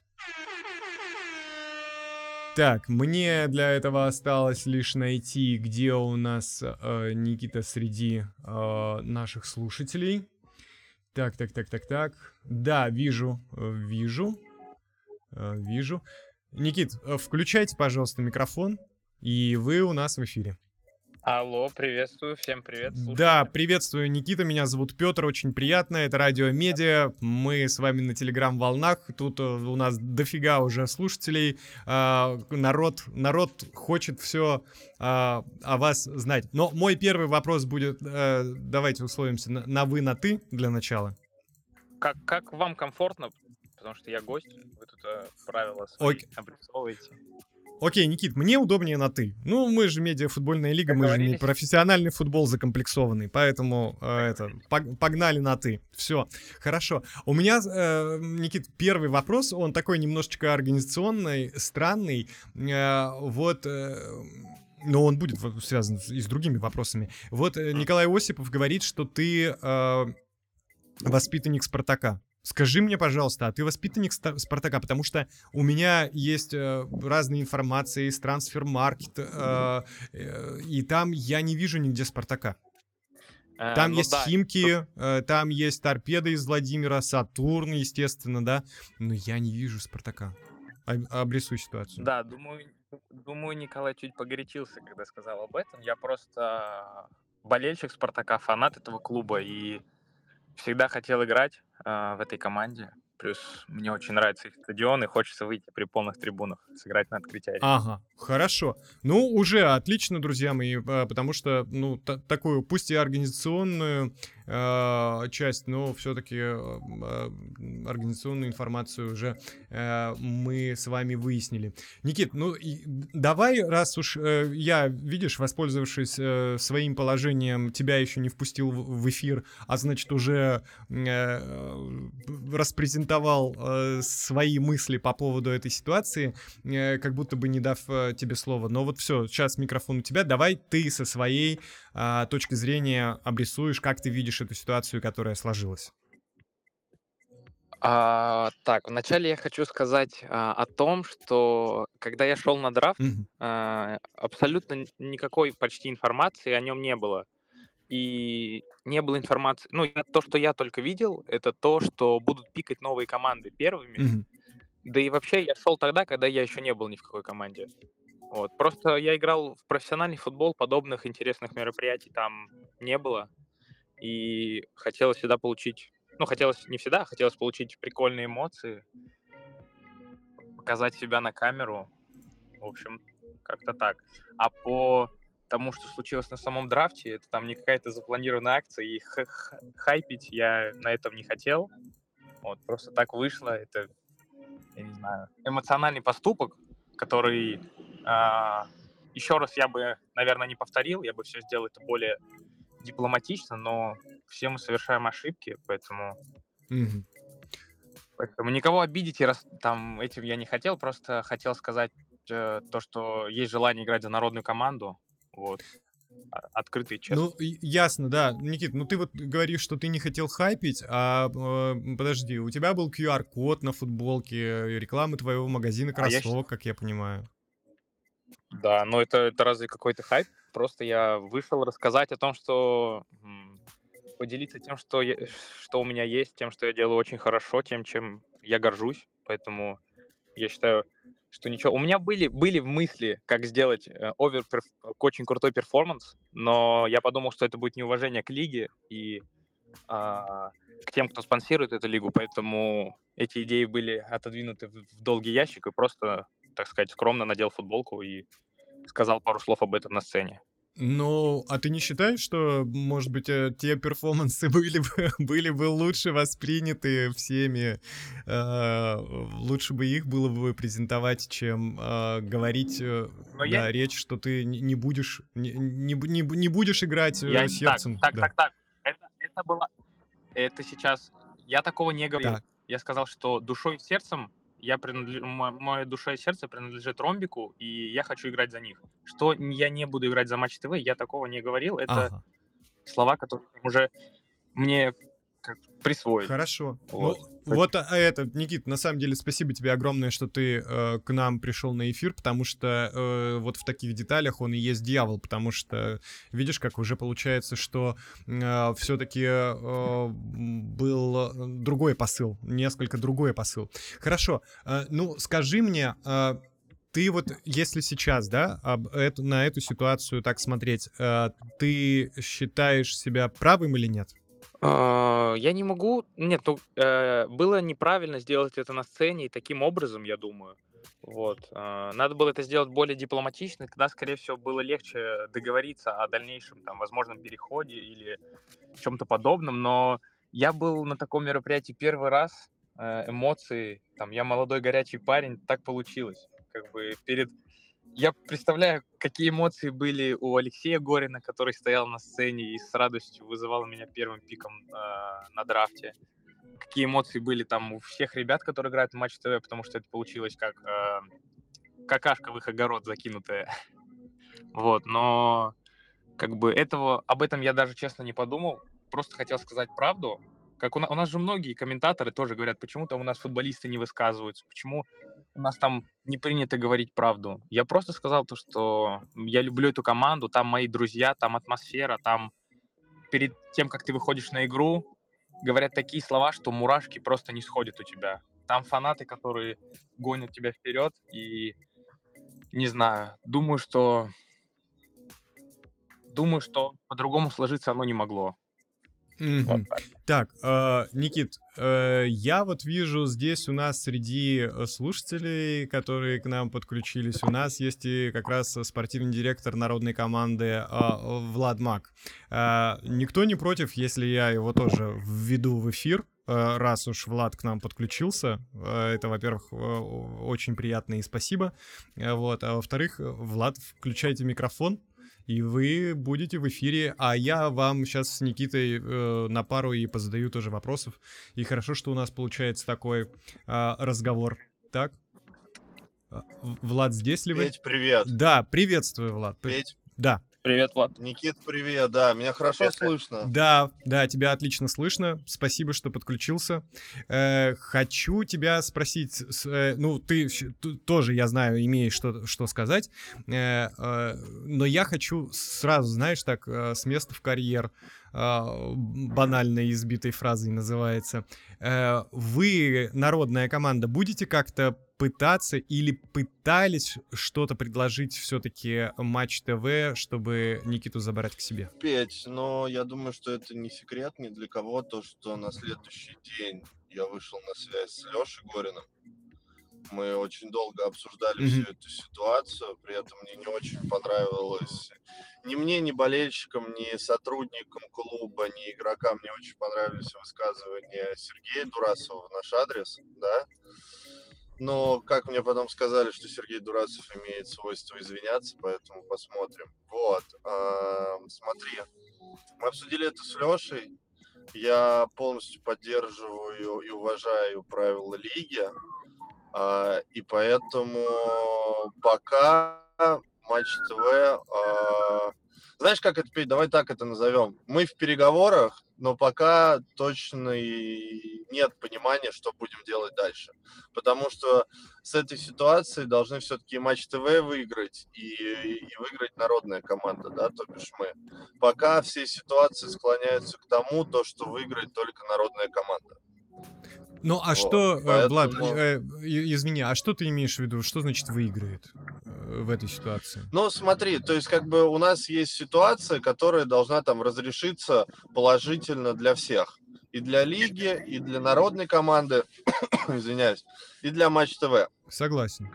Так, мне для этого осталось лишь найти, где у нас Никита среди наших слушателей. Так. Да, вижу. Никит, включайте, пожалуйста, микрофон, и вы у нас в эфире. Алло, приветствую, всем привет. Слушайте. Да, приветствую, Никита, меня зовут Петр, очень приятно, это Радио Медиа, мы с вами на Телеграм-волнах, тут у нас дофига уже слушателей, народ хочет все о вас знать. Но мой первый вопрос будет, давайте условимся, на вы, на ты для начала. Как вам комфортно, потому что я гость, вы тут правила свои обрисовываете. Окей, Никит, мне удобнее на «ты». Ну, мы же медиафутбольная лига, мы же не профессиональный футбол закомплексованный, поэтому погнали на «ты». Все, хорошо. У меня, Никит, первый вопрос, он такой немножечко организационный, странный, но он будет связан и с другими вопросами. Вот Николай Осипов говорит, что ты воспитанник Спартака. Скажи мне, пожалуйста, а ты воспитанник Спартака? Потому что у меня есть разные информации из Трансфермаркет, и там я не вижу нигде Спартака. Там Ну есть да, тут, Химки, там есть Торпеда из Владимира, Сатурн, естественно, да, но я не вижу Спартака. Обрисуй ситуацию. да, думаю, Николай чуть погорячился, когда сказал об этом. Я просто болельщик Спартака, фанат этого клуба и всегда хотел играть в этой команде. Плюс мне очень нравится их стадион, и хочется выйти при полных трибунах, сыграть на открытии арены. Ага, хорошо. Ну, уже отлично, друзья мои, потому что, ну, такую, пусть и организационную часть, но все-таки организационную информацию уже мы с вами выяснили. Никит, ну, давай, раз уж я, видишь, воспользовавшись своим положением, тебя еще не впустил в эфир, а значит, уже распрезентовал свои мысли по поводу этой ситуации, как будто бы не дав тебе слова. Но вот все, сейчас микрофон у тебя. Давай ты со своей точки зрения обрисуешь, как ты видишь эту ситуацию, которая сложилась. Так, вначале я хочу сказать о том, что когда я шел на драфт, Мгм. абсолютно никакой почти информации о нем не было. И не было информации. Ну, то, что я только видел, это то, что будут пикать новые команды первыми. Мгм. Да и вообще я шел тогда, когда я еще не был ни в какой команде. Вот. Просто я играл в профессиональный футбол, подобных интересных мероприятий там не было. И хотелось всегда получить, ну, хотелось не всегда, хотелось получить прикольные эмоции, показать себя на камеру. В общем, как-то так. А по тому, что случилось на самом драфте, это там не какая-то запланированная акция, и хайпить я на этом не хотел. Вот, просто так вышло. Это, я не знаю, эмоциональный поступок, который еще раз я бы, наверное, не повторил. Я бы все сделал это более дипломатично, но все мы совершаем ошибки, Мгм. поэтому никого обидеть там этим я не хотел, просто хотел сказать то, что есть желание играть за народную команду, вот, открыто и честно. Ну, ясно, да. Никит, ну ты вот говоришь, что ты не хотел хайпить, а подожди, у тебя был QR-код на футболке, реклама твоего магазина А я кроссовок, как я понимаю. Да, но это разве какой-то хайп? Просто я вышел рассказать о том, что поделиться тем, что у меня есть, тем, что я делаю очень хорошо, тем, чем я горжусь. Поэтому я считаю, что ничего. У меня были мысли, как сделать очень крутой перформанс, но я подумал, что это будет неуважение к лиге и к тем, кто спонсирует эту лигу, поэтому эти идеи были отодвинуты в долгий ящик и просто, так сказать, скромно надел футболку и сказал пару слов об этом на сцене. Ну, а ты не считаешь, что, может быть, те перформансы были бы лучше восприняты всеми, лучше бы их было бы презентовать, чем говорить, Но я, да, речь, что ты не будешь, не будешь играть я так, сердцем, так, да. так, так. Это было, это сейчас, я такого не говорил. Так, Я сказал, что душой и сердцем мое душа и сердце принадлежит Ромбику, и я хочу играть за них. Что я не буду играть за Матч ТВ, я такого не говорил. Это ага. слова, которые уже мне как присвоили. Хорошо. Ну, Вот. вот это, Никит, на самом деле, спасибо тебе огромное, что ты к нам пришел на эфир, потому что вот в таких деталях он и есть дьявол, потому что видишь, как уже получается, что все-таки был другой посыл, несколько другой посыл. Хорошо. Ну, скажи мне, ты вот, если сейчас, да, на эту ситуацию так смотреть, ты считаешь себя правым или нет? Я не могу. Нет, ну, было неправильно сделать это на сцене и таким образом, я думаю. Вот. Надо было это сделать более дипломатично, тогда, скорее всего, было легче договориться о дальнейшем, там, возможном переходе или чем-то подобном. Но я был на таком мероприятии первый раз, эмоции, там, я молодой горячий парень, так получилось. Как бы я представляю, какие эмоции были у Алексея Горина, который стоял на сцене и с радостью вызывал меня первым пиком на драфте. Какие эмоции были там у всех ребят, которые играют в Матч ТВ, потому что это получилось как какашка в их огород закинутая. Вот, но как бы об этом я даже честно не подумал. Просто хотел сказать правду. Как у нас же многие комментаторы тоже говорят, почему там у нас футболисты не высказываются, почему у нас там не принято говорить правду. Я просто сказал то, что я люблю эту команду, там мои друзья, там атмосфера, там перед тем, как ты выходишь на игру, говорят такие слова, что мурашки просто не сходят у тебя. Там фанаты, которые гонят тебя вперед, и не знаю, думаю, что по-другому сложиться оно не могло. Вот Мгм. так. Так, Никит, я вот вижу здесь у нас среди слушателей, которые к нам подключились, у нас есть и как раз спортивный директор народной команды Влад Мак. Никто не против, если я его тоже введу в эфир, раз уж Влад к нам подключился. Это, во-первых, очень приятно и спасибо. Вот. А во-вторых, Влад, включайте микрофон, и вы будете в эфире, а я вам сейчас с Никитой на пару и позадаю тоже вопросов. И хорошо, что у нас получается такой разговор. Так? Влад, здесь ли вы? Петь, привет. Да, приветствую, Влад. Петь, Да. Привет, Влад. Никит, привет. Да, меня хорошо Привет. слышно. Да, тебя отлично слышно. Спасибо, что подключился. Хочу тебя спросить, ну, ты тоже, я знаю, имеешь что сказать, но я хочу сразу, знаешь, так, с места в карьер, банальной избитой фразой называется. Вы, народная команда, будете как-то пытаться или пытались что-то предложить все-таки Матч ТВ, чтобы Никиту забрать к себе? Петь, но я думаю, что это не секрет ни для кого, то, что на следующий день я вышел на связь с Лешей Гориным. Мы очень долго обсуждали Мгм. всю эту ситуацию, при этом мне не очень понравилось, ни мне, ни болельщикам, ни сотрудникам клуба, ни игрокам не очень понравились высказывания Сергея Дурасова в наш адрес, да. Но, как мне потом сказали, что Сергей Дурасов имеет свойство извиняться, поэтому посмотрим. Вот, смотри, мы обсудили это с Лешей. Я полностью поддерживаю и уважаю правила лиги. И поэтому пока Матч ТВ... Знаешь, как это, Петь, давай так это назовем. Мы в переговорах, но пока точно и нет понимания, что будем делать дальше. Потому что с этой ситуацией должны все-таки Матч ТВ выиграть и выиграть народная команда, да, то бишь мы. Пока все ситуации склоняются к тому, то, что выиграет только народная команда. Ну, а Вот, что, Влад, поэтому- извини, а что ты имеешь в виду? Что значит выиграет в этой ситуации? Ну, смотри, то есть как бы у нас есть ситуация, которая должна там разрешиться положительно для всех. И для лиги, и для народной команды, извиняюсь, и для Матч ТВ. Согласен.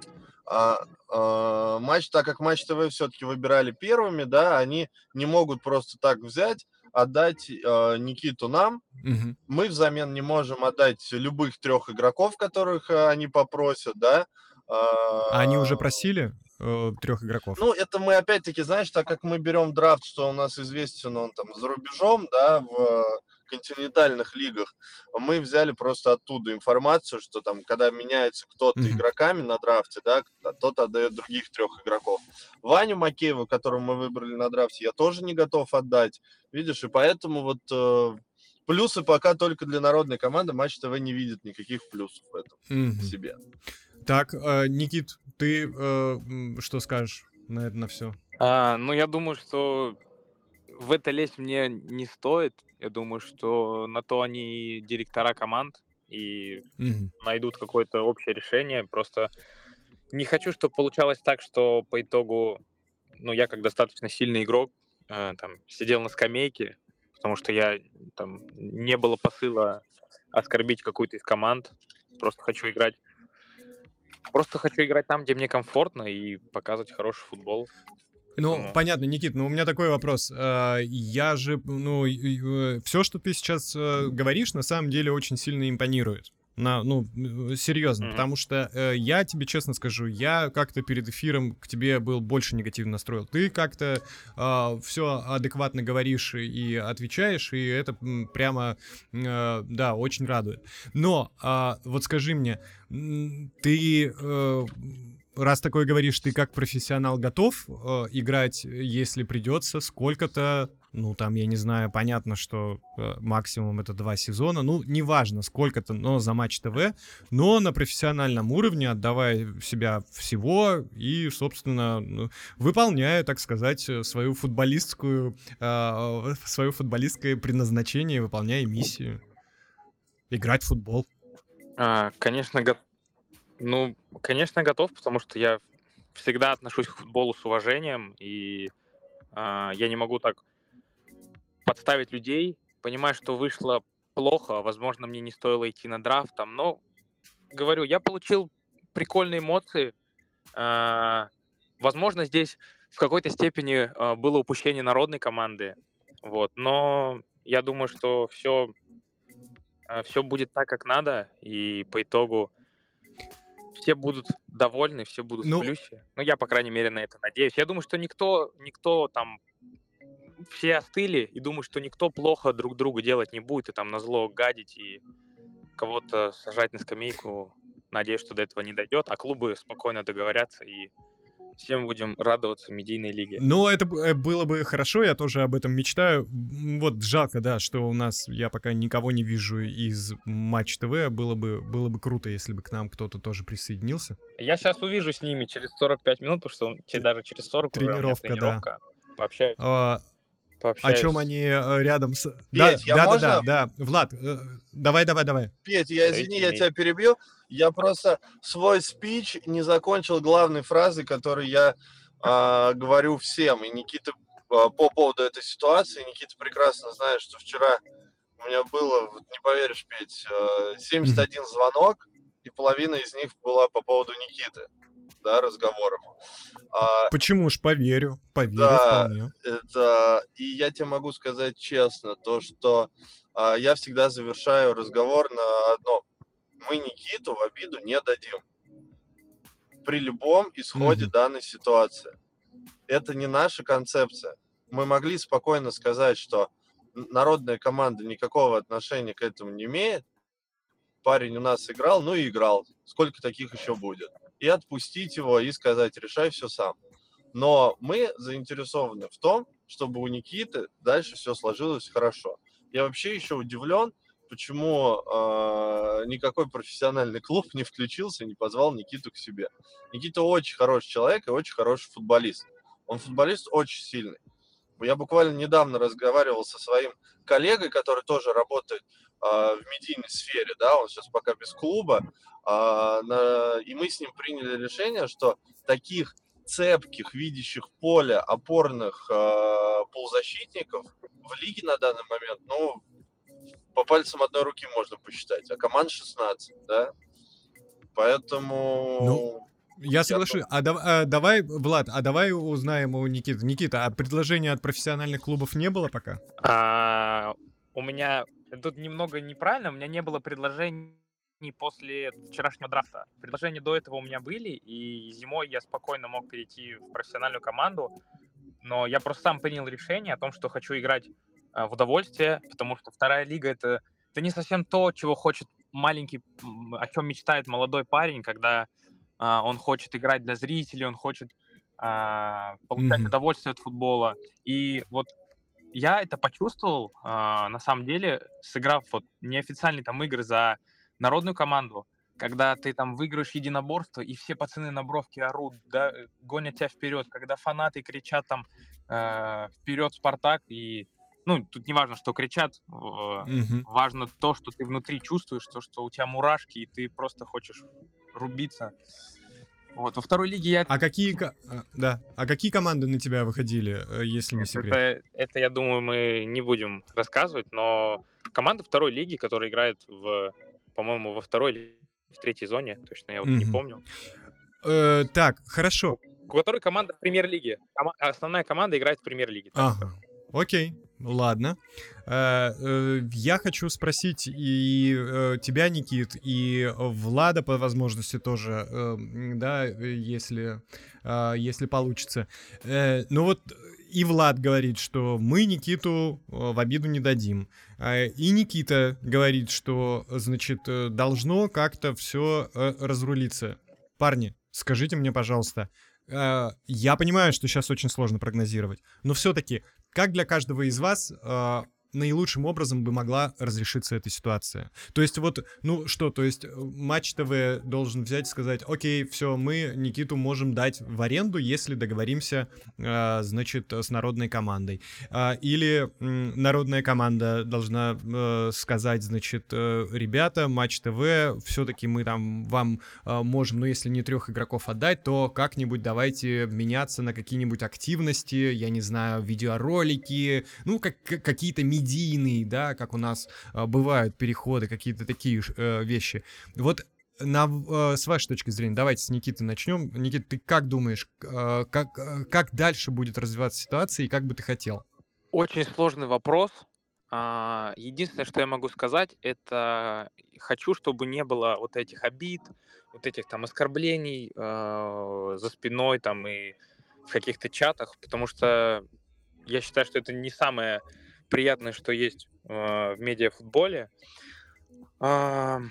Так как Матч ТВ все-таки выбирали первыми, да, они не могут просто так взять, отдать Никиту нам. Мгм. Мы взамен не можем отдать любых 3 игроков, которых они попросят, да. А они уже просили 3 игроков? Ну, это мы опять-таки, знаешь, так как мы берем драфт, что у нас известен он там за рубежом, да, в континентальных лигах, мы взяли просто оттуда информацию, что там, когда меняется кто-то Мгм. игроками на драфте, да, тот отдает других 3 игроков. Ваню Макеева, которого мы выбрали на драфте, я тоже не готов отдать, видишь, и поэтому вот плюсы пока только для народной команды, Матч ТВ не видит никаких плюсов в этом Мгм. в себе. Так, Никит, ты что скажешь на это, на все? Ну, я думаю, что в это лезть мне не стоит. Я думаю, что на то они и директора команд и найдут какое-то общее решение. Просто не хочу, чтобы получалось так, что по итогу, ну, я как достаточно сильный игрок, там, сидел на скамейке, потому что там, не было посыла оскорбить какую-то из команд. Просто хочу играть там, где мне комфортно, и показывать хороший футбол. Ну, Поэтому- понятно, Никит, но у меня такой вопрос. Я же, все, что ты сейчас говоришь, на самом деле очень сильно импонирует. Серьезно, Мгм. потому что я тебе честно скажу, я как-то перед эфиром к тебе был больше негативно настроен. Ты как-то все адекватно говоришь и отвечаешь, и это прямо, да, очень радует. Но вот скажи мне, ты, раз такое говоришь, ты как профессионал готов играть, если придется, сколько-то Ну, там, я не знаю, понятно, что максимум это 2 сезона. Ну, неважно, сколько-то, но за Матч ТВ. Но на профессиональном уровне, отдавая себя всего и, собственно, ну, выполняя, так сказать, свое футболистское предназначение, выполняя миссию. Играть в футбол. Конечно, ну, конечно, готов, потому что я всегда отношусь к футболу с уважением, и я не могу так подставить людей. Понимаю, что вышло плохо, возможно, мне не стоило идти на драфт там, но, говорю, я получил прикольные эмоции. А, Возможно, здесь в какой-то степени было упущение народной команды, вот, но я думаю, что все будет так, как надо, и по итогу все будут довольны, все будут в Ну, плюсе. Ну, я, по крайней мере, на это надеюсь. Я думаю, что никто там, все остыли, и думаю, что никто плохо друг другу делать не будет, и там назло гадить, и кого-то сажать на скамейку. Надеюсь, что до этого не дойдет, а клубы спокойно договорятся, и всем будем радоваться медийной лиге. ну, это было бы хорошо, я тоже об этом мечтаю. Вот жалко, да, что у нас, я пока никого не вижу из Матч ТВ. Было бы круто, если бы к нам кто-то тоже присоединился. Я сейчас увижу с ними через 45 минут, потому что даже через 40 уже у меня Тренировка, да. тренировка. Пообщаюсь. О чем Пообщаюсь. они рядом с... Да, Петь, можно? да. Влад, давай. Петь, я Давайте, извини, я имей. тебя перебью. Я просто свой спич не закончил главной фразы, которую я говорю всем. И Никита по поводу этой ситуации, Никита прекрасно знает, что вчера у меня было, вот не поверишь, Петь, 71 звонок, и половина из них была по поводу Никиты, да, разговоров. Почему ж поверю Да, вполне. и я тебе могу сказать честно, то, что я всегда завершаю разговор на одном. Мы Никиту в обиду не дадим при любом исходе данной ситуации. Это не наша концепция. Мы могли спокойно сказать, что народная команда никакого отношения к этому не имеет. Парень у нас играл, ну и играл. Сколько таких еще будет? И отпустить его и сказать, решай все сам. Но мы заинтересованы в том, чтобы у Никиты дальше все сложилось хорошо. Я вообще еще удивлен, почему никакой профессиональный клуб не включился, не позвал Никиту к себе. Никита очень хороший человек и очень хороший футболист. Он футболист очень сильный. Я буквально недавно разговаривал со своим коллегой, который тоже работает в медийной сфере, да, он сейчас пока без клуба, и мы с ним приняли решение, что таких цепких, видящих поле, опорных полузащитников в лиге на данный момент, ну, по пальцам одной руки можно посчитать, а команд 16, да, поэтому... Ну, я соглашусь. Давай, Влад, давай узнаем у Никиты. Никита, а предложения от профессиональных клубов не было пока? У меня тут немного неправильно, у меня не было предложений после вчерашнего драфта. Предложения до этого у меня были, и зимой я спокойно мог перейти в профессиональную команду, но я просто сам принял решение о том, что хочу играть в удовольствие, потому что вторая лига это не совсем то, чего хочет маленький, о чем мечтает молодой парень, когда он хочет играть для зрителей, он хочет получать удовольствие от футбола. И вот я это почувствовал, на самом деле, сыграв вот неофициальные там игры за народную команду, когда ты там выиграешь единоборство, и все пацаны на бровке орут, да, гонят тебя вперед, когда фанаты кричат там вперед Спартак, и ну, тут не важно, что кричат, важно то, что ты внутри чувствуешь, то, что у тебя мурашки, и ты просто хочешь рубиться. Вот, во второй лиге я... А какие команды на тебя выходили, если не секрет? Это, я думаю, мы не будем рассказывать, но команда второй лиги, которая играет по-моему, во второй или в третьей зоне, точно я вот не помню. Так, хорошо. У которой команда в премьер-лиге. Основная команда играет в премьер-лиге. Ага, окей, ладно. Я хочу спросить и тебя, Никит, и Влада по возможности тоже, да, если получится. Ну вот и Влад говорит, что мы Никиту в обиду не дадим. И Никита говорит, что, значит, должно как-то все разрулиться. Парни, скажите мне, пожалуйста, я понимаю, что сейчас очень сложно прогнозировать, но все-таки как для каждого из вас наилучшим образом бы могла разрешиться эта ситуация? То есть вот, ну что, то есть Матч ТВ должен взять и сказать: окей, все, мы Никиту можем дать в аренду, если договоримся, значит, с народной командой. Или народная команда должна сказать, значит, ребята, Матч ТВ, все-таки мы там вам можем, ну если не 3 игроков отдать, то как-нибудь давайте меняться на какие-нибудь активности, я не знаю, видеоролики, ну какие-то медийные, да, как у нас бывают переходы, какие-то такие вещи. Вот с вашей точки зрения, давайте с Никиты начнем. Никита, ты как думаешь, как дальше будет развиваться ситуация и как бы ты хотел? Очень сложный вопрос. Единственное, что я могу сказать, это хочу, чтобы не было вот этих обид, вот этих там оскорблений за спиной там и в каких-то чатах, потому что я считаю, что это не самое приятное, что есть в медиафутболе. А,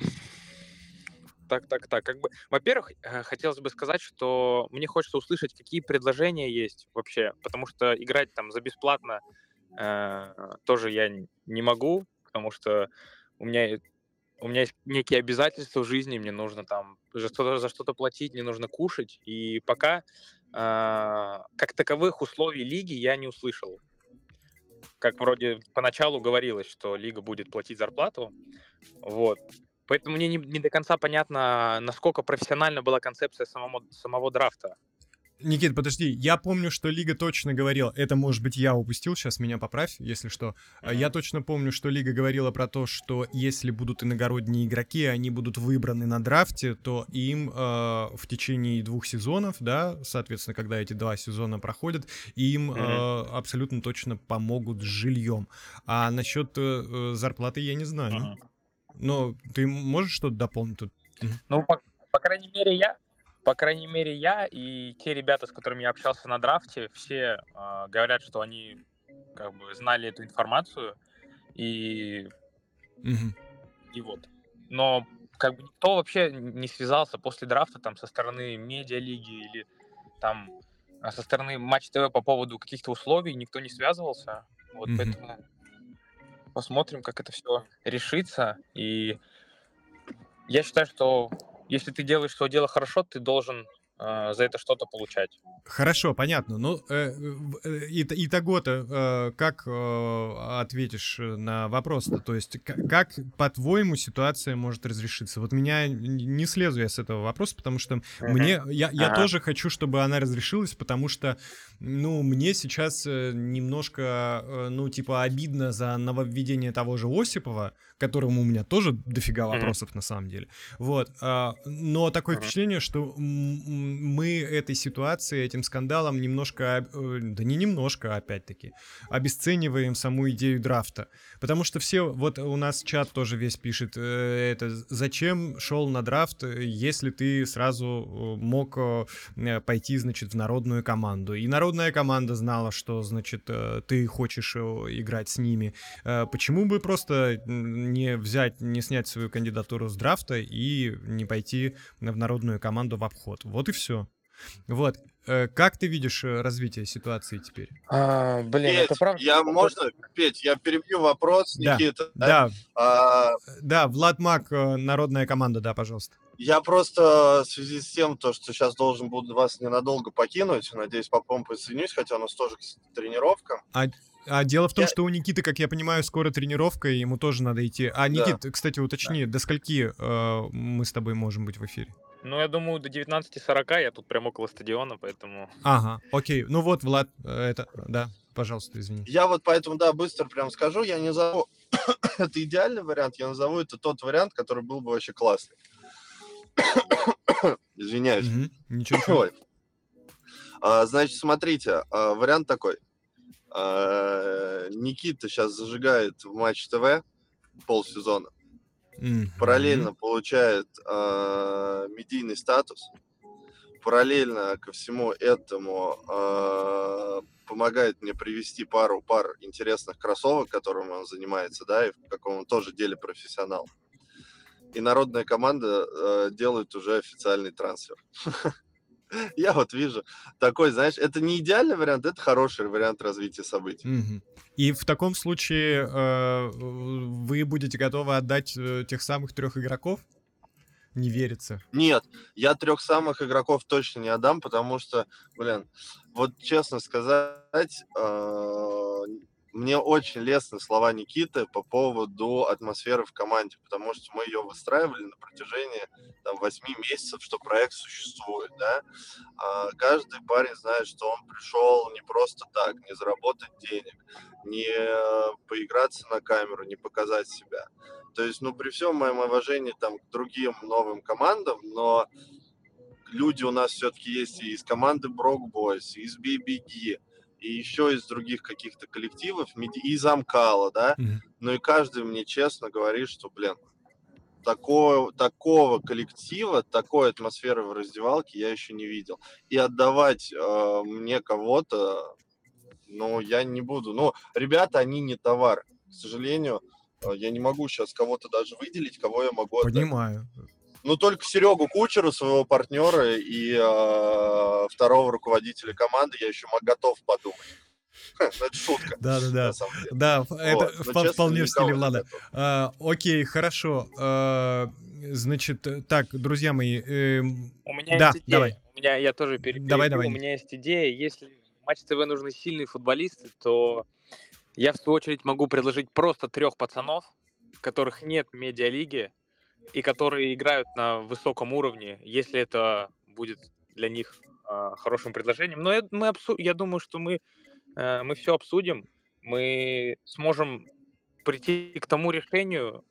Так. Как бы, во-первых, хотелось бы сказать, что мне хочется услышать, какие предложения есть вообще, потому что играть там за бесплатно тоже я не могу, потому что у меня у меня есть некие обязательства в жизни, мне нужно там за что-то платить, мне нужно кушать, и пока как таковых условий лиги я не услышал. Как вроде поначалу говорилось, что лига будет платить зарплату, вот. Поэтому мне не до конца понятно, насколько профессиональна была концепция самого драфта. Никит, подожди, я помню, что Лига точно говорила, это, может быть, я упустил, сейчас меня поправь, если что. Я точно помню, что Лига говорила про то, что если будут иногородние игроки, они будут выбраны на драфте, то им в течение 2 сезонов, да, соответственно, когда эти 2 сезона проходят, им абсолютно точно помогут с жильем. А насчет зарплаты я не знаю. Но ты можешь что-то дополнить тут? Ну, по крайней мере, я и те ребята, с которыми я общался на драфте, все говорят, что они как бы знали эту информацию, и вот. Но как бы никто вообще не связался после драфта там со стороны медиалиги или там со стороны Матч ТВ по поводу каких-то условий, никто не связывался. Вот поэтому посмотрим, как это все решится. И я считаю, что если ты делаешь свое дело хорошо, ты должен за это что-то получать. Хорошо, понятно. Ну, итого-то, как ответишь на вопрос-то? То есть, как, по-твоему, ситуация может разрешиться? Вот меня не слезу я с этого вопроса, потому что я тоже хочу, чтобы она разрешилась, потому что, ну, мне сейчас немножко, ну, типа, обидно за нововведение того же Осипова, которому у меня тоже дофига вопросов на самом деле. Вот. Но такое впечатление, что мы этой ситуацией, этим скандалом немножко, да не немножко, опять-таки, обесцениваем саму идею драфта. Потому что все, вот у нас чат тоже весь пишет, зачем шел на драфт, если ты сразу мог пойти, значит, в народную команду. И народная команда знала, что, значит, ты хочешь играть с ними. Почему бы просто не взять, не снять свою кандидатуру с драфта и не пойти в народную команду в обход? Вот и все. Вот. Как ты видишь развитие ситуации теперь? Блин, Петь, это правда. можно, Петь, я перебью вопрос, Да, Никита. да, Влад Мак, народная команда, да, пожалуйста. Я просто в связи с тем, что сейчас должен буду вас ненадолго покинуть, надеюсь, потом присоединюсь, хотя у нас тоже тренировка. А дело в том, что у Никиты, как я понимаю, скоро тренировка, и ему тоже надо идти. Никит, кстати, уточни, до скольки мы с тобой можем быть в эфире? Ну, я думаю, до 19:40, я тут прям около стадиона, поэтому... Ага, окей. Ну вот, Влад, да, пожалуйста, извини. Я вот поэтому, да, быстро прям скажу, я не назову это идеальный вариант, я назову это тот вариант, который был бы вообще классный. Извиняюсь. Ничего. Значит, смотрите, вариант такой. Никита сейчас зажигает в Матч ТВ полсезона. Параллельно получает медийный статус. Параллельно ко всему этому помогает мне привести пар интересных кроссовок, которыми он занимается, да, и в каком он тоже деле профессионал. И народная команда делает уже официальный трансфер. Я вот вижу такой, знаешь, это не идеальный вариант, это хороший вариант развития событий. Мгм. И в таком случае вы будете готовы отдать тех самых 3 игроков? Не верится. Нет, я 3 самых игроков точно не отдам, потому что, блин, вот честно сказать, мне очень лестны слова Никиты по поводу атмосферы в команде, потому что мы ее выстраивали на протяжении там 8 месяцев, что проект существует, да. Каждый парень знает, что он пришел не просто так, не заработать денег, не поиграться на камеру, не показать себя. То есть, ну, при всем моем уважении там к другим новым командам, но люди у нас все-таки есть и из команды Брок Бойс, и из BBG, и еще из других каких-то коллективов, и из Амкала, да. Мгм. Но и каждый мне честно говорит, что, блин, такого коллектива, такой атмосферы в раздевалке я еще не видел. И отдавать мне кого-то, ну, я не буду. Ну, ребята, они не товар. К сожалению, я не могу сейчас кого-то даже выделить, кого я могу отдать. Понимаю. Ну, только Серегу Кучеру, своего партнера и второго руководителя команды я еще готов подумать. Ну, это шутка, Да-да-да. на самом деле. Да, это Вот. Но, честно, вполне в стиле никого не Влада. готов. Окей, хорошо. Значит, так, друзья мои, У меня да, есть идея. давай. Я тоже Давай, перебью. У Ник. меня есть идея. Если в Матч ТВ нужны сильные футболисты, то я в свою очередь могу предложить просто 3 пацанов, которых нет в медиалиге и которые играют на высоком уровне, если это будет для них хорошим предложением. Но я думаю, что мы все обсудим, мы сможем прийти к тому решению,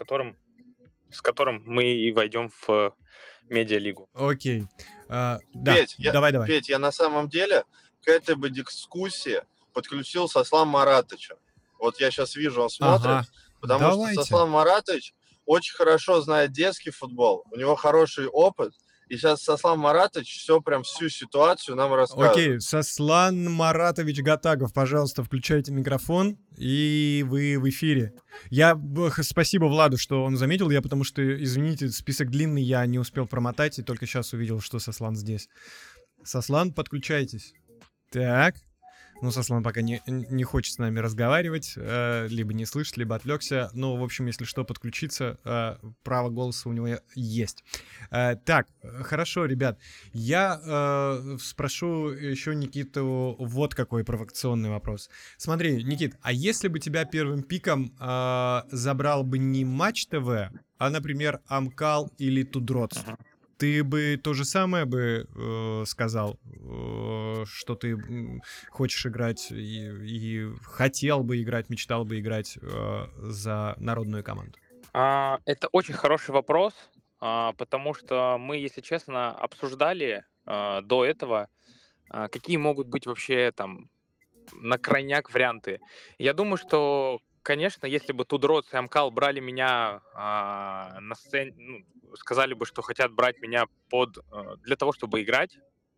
с которым мы и войдем в медиалигу. Окей. Да, Петь, давай. я на самом деле к этой бы дискуссии подключил Сослан Маратыча. Вот я сейчас вижу, он смотрит, Ага, потому что давайте. Сослан Маратыч очень хорошо знает детский футбол, у него хороший опыт, и сейчас Сослан Маратыч всю ситуацию нам расскажет. Окей, Сослан Маратович Гатагов, пожалуйста, включайте микрофон, и вы в эфире. Спасибо Владу, что он заметил, потому что, извините, список длинный, я не успел промотать, и только сейчас увидел, что Сослан здесь. Сослан, подключайтесь. Так. Ну, Сослан пока не хочет с нами разговаривать, либо не слышит, либо отвлекся. Но, в общем, если что, подключиться, право голоса у него есть. Так, хорошо, ребят. Я спрошу еще Никиту вот какой провокационный вопрос. Смотри, Никит, а если бы тебя первым пиком забрал бы не Матч ТВ, а, например, Амкал или Тудроц, ты бы то же самое бы сказал, что ты хочешь играть и хотел бы играть, мечтал бы играть за народную команду? Это очень хороший вопрос, потому что мы, если честно, обсуждали до этого, какие могут быть вообще там на крайняк варианты. Я думаю, что, конечно, если бы Тудроц и Амкал брали меня на сцене, сказали бы, что хотят брать меня для того, чтобы играть,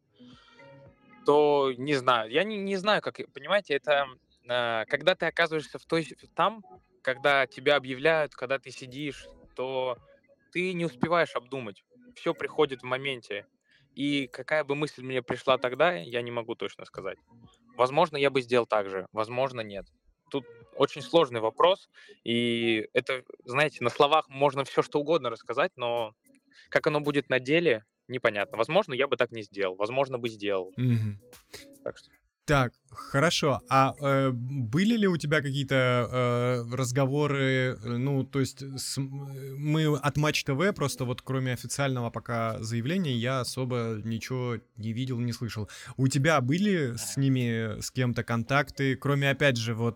то не знаю. Я не знаю, как, понимаете, это когда ты оказываешься там, когда тебя объявляют, когда ты сидишь, то ты не успеваешь обдумать. Все приходит в моменте. И какая бы мысль мне пришла тогда, я не могу точно сказать. Возможно, я бы сделал так же, возможно, нет. Тут очень сложный вопрос, и это, знаете, на словах можно все что угодно рассказать, но как оно будет на деле, непонятно. Возможно, я бы так не сделал, возможно, бы сделал. Мгм. Так что Так, хорошо. А были ли у тебя какие-то разговоры, ну, то есть мы от Матч ТВ, просто вот кроме официального пока заявления, я особо ничего не видел, не слышал. У тебя были с ними, с кем-то контакты, кроме, опять же, вот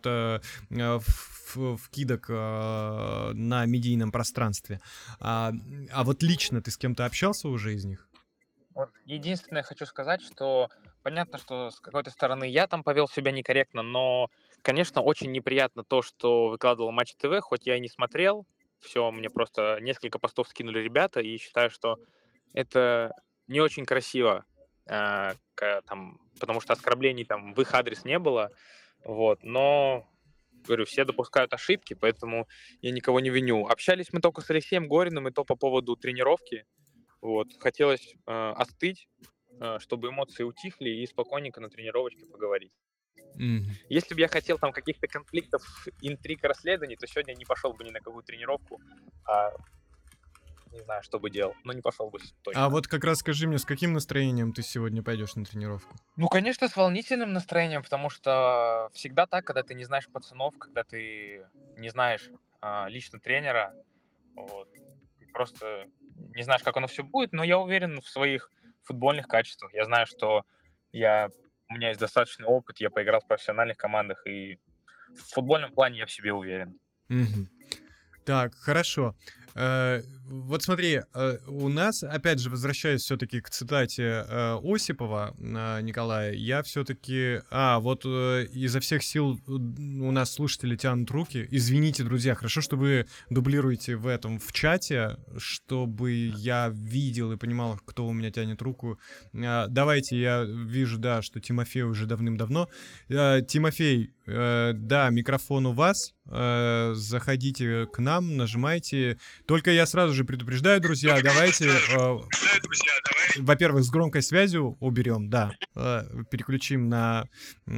вкидок на медийном пространстве? А вот лично ты с кем-то общался уже из них? вот единственное хочу сказать, что понятно, что с какой-то стороны я там повел себя некорректно, но, конечно, очень неприятно то, что выкладывал Матч ТВ, хоть я и не смотрел. Все, мне просто несколько постов скинули ребята, и считаю, что это не очень красиво, потому что оскорблений там в их адрес не было. Вот, но, говорю, все допускают ошибки, поэтому я никого не виню. Общались мы только с Алексеем Гориным, и то по поводу тренировки. Вот, хотелось остыть, чтобы эмоции утихли и спокойненько на тренировочке поговорить. Мгм. Если бы я хотел там каких-то конфликтов, интриг, расследований, то сегодня не пошел бы ни на какую тренировку, а не знаю, что бы делал, но не пошел бы А точно. вот как раз скажи мне, с каким настроением ты сегодня пойдешь на тренировку? Ну, конечно, с волнительным настроением, потому что всегда так, когда ты не знаешь пацанов, когда ты не знаешь лично тренера, вот, ты просто не знаешь, как оно все будет, но я уверен в своих футбольных качествах. Я знаю, что я, у меня есть достаточный опыт, я поиграл в профессиональных командах, и в футбольном плане я в себе уверен. Мгм. Так, хорошо. Вот смотри, у нас, опять же, возвращаясь все-таки к цитате Осипова Николая, я все-таки... вот изо всех сил у нас слушатели тянут руки. Извините, друзья, хорошо, что вы дублируете в чате, чтобы я видел и понимал, кто у меня тянет руку. Давайте, я вижу, да, что Тимофей уже давным-давно. Тимофей, да, микрофон у вас. Заходите к нам, нажимайте. Только я сразу же предупреждаю, друзья, давайте, во-первых, с громкой связью уберем, да, переключим на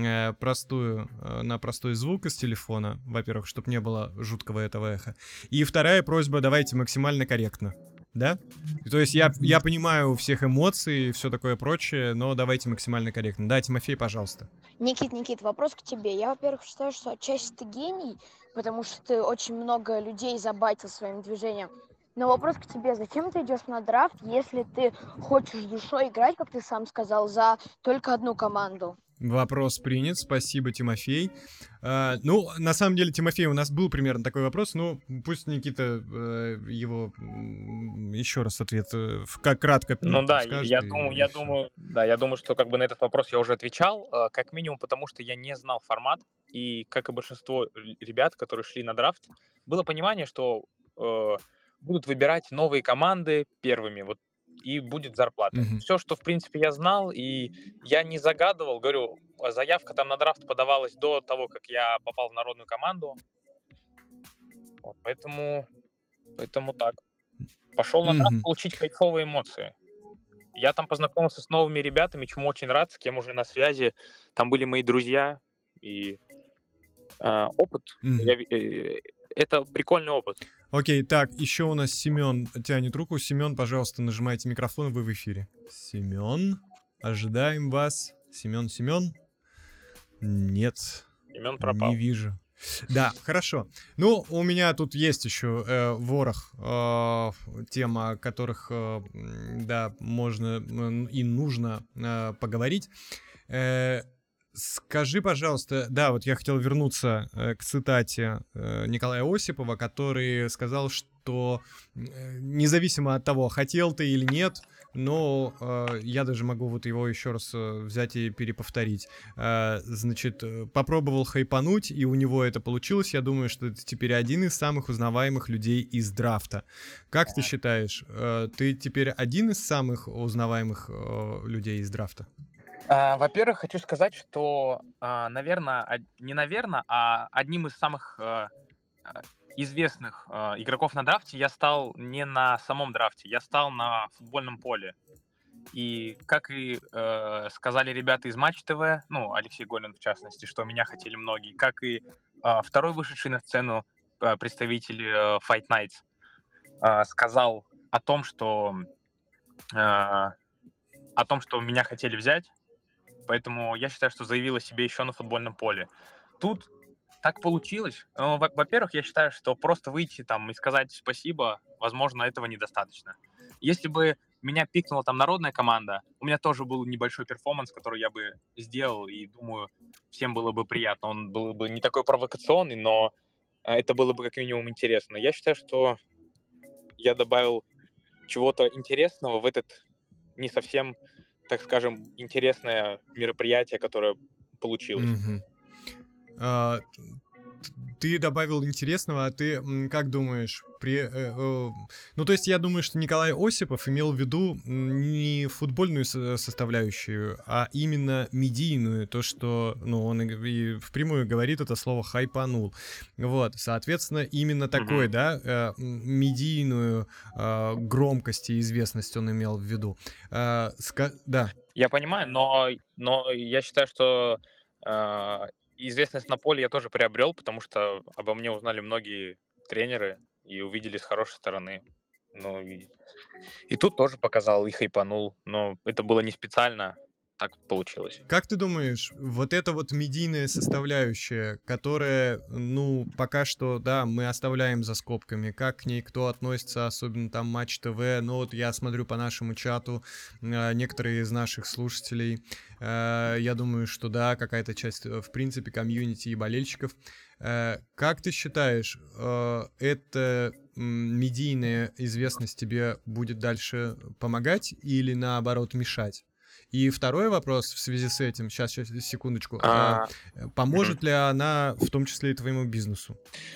простой звук из телефона, во-первых, чтобы не было жуткого этого эха. И вторая просьба, давайте максимально корректно. Да? То есть я понимаю у всех эмоции и все такое прочее, но давайте максимально корректно. Да, Тимофей, пожалуйста. Никит, вопрос к тебе. Я, во-первых, считаю, что отчасти ты гений, потому что ты очень много людей забайтил своим движением. Но вопрос к тебе, зачем ты идешь на драфт, если ты хочешь душой играть, как ты сам сказал, за только одну команду? Вопрос принят, спасибо, Тимофей. Ну, на самом деле, Тимофей, у нас был примерно такой вопрос, ну, пусть Никита его еще раз ответ как кратко Ну да, скажет. я думаю, что как бы на этот вопрос я уже отвечал, как минимум потому, что я не знал формат, и как и большинство ребят, которые шли на драфт, было понимание, что э, будут выбирать новые команды первыми, вот, и будет зарплата. Мгм. Все, что в принципе я знал, и я не загадывал, говорю, заявка там на драфт подавалась до того, как я попал в народную команду, вот, поэтому так. Пошел на драфт Мгм. получить кайфовые эмоции. Я там познакомился с новыми ребятами, чему очень рад, с кем уже на связи. Там были мои друзья, и опыт, Мгм. это прикольный опыт. Окей, так, еще у нас Семен тянет руку. Семен, пожалуйста, нажимайте микрофон, вы в эфире. Семен, ожидаем вас. Семен. Нет, Семен не пропал. вижу. Да, хорошо. Ну, у меня тут есть еще ворох тем, о которых, да, можно и нужно поговорить. Скажи, пожалуйста, да, вот я хотел вернуться к цитате Николая Осипова, который сказал, что независимо от того, хотел ты или нет, но я даже могу вот его еще раз взять и переповторить. Значит, попробовал хайпануть, и у него это получилось. Я думаю, что это теперь один из самых узнаваемых людей из драфта. Как ты считаешь, ты теперь один из самых узнаваемых людей из драфта? Во-первых, хочу сказать, что, наверное, не наверное, а одним из самых известных игроков на драфте я стал не на самом драфте, я стал на футбольном поле. И как и сказали ребята из Матч ТВ, ну, Алексей Голин в частности, что меня хотели многие, как и второй вышедший на сцену представитель Fight Nights сказал о том, что меня хотели взять, поэтому я считаю, что заявил о себе еще на футбольном поле. Тут так получилось. Во-первых, я считаю, что просто выйти там и сказать спасибо, возможно, этого недостаточно. Если бы меня пикнула там народная команда, у меня тоже был небольшой перформанс, который я бы сделал, и думаю, всем было бы приятно. Он был бы не такой провокационный, но это было бы как минимум интересно. Я считаю, что я добавил чего-то интересного в этот не совсем, так скажем, интересное мероприятие, которое получилось. Мгм. А, ты добавил интересного, а ты как думаешь, ну, то есть я думаю, что Николай Осипов имел в виду не футбольную составляющую, а именно медийную, то, что, ну, он и впрямую говорит это слово «хайпанул». Вот, соответственно, именно такой, да, медийную громкость и известность он имел в виду. Да. Я понимаю, но я считаю, что известность на поле я тоже приобрел, потому что обо мне узнали многие тренеры и увидели с хорошей стороны. Ну, и тут тоже показал и хайпанул, но это было не специально, так получилось. Как ты думаешь, вот эта вот медийная составляющая, которая, ну, пока что, да, мы оставляем за скобками, как к ней кто относится, особенно там Матч ТВ, ну вот я смотрю по нашему чату, некоторые из наших слушателей, я думаю, что да, какая-то часть, в принципе, комьюнити и болельщиков. Как ты считаешь, эта медийная известность тебе будет дальше помогать или наоборот мешать? И второй вопрос в связи с этим, сейчас, секундочку, поможет ли она в том числе и твоему бизнесу?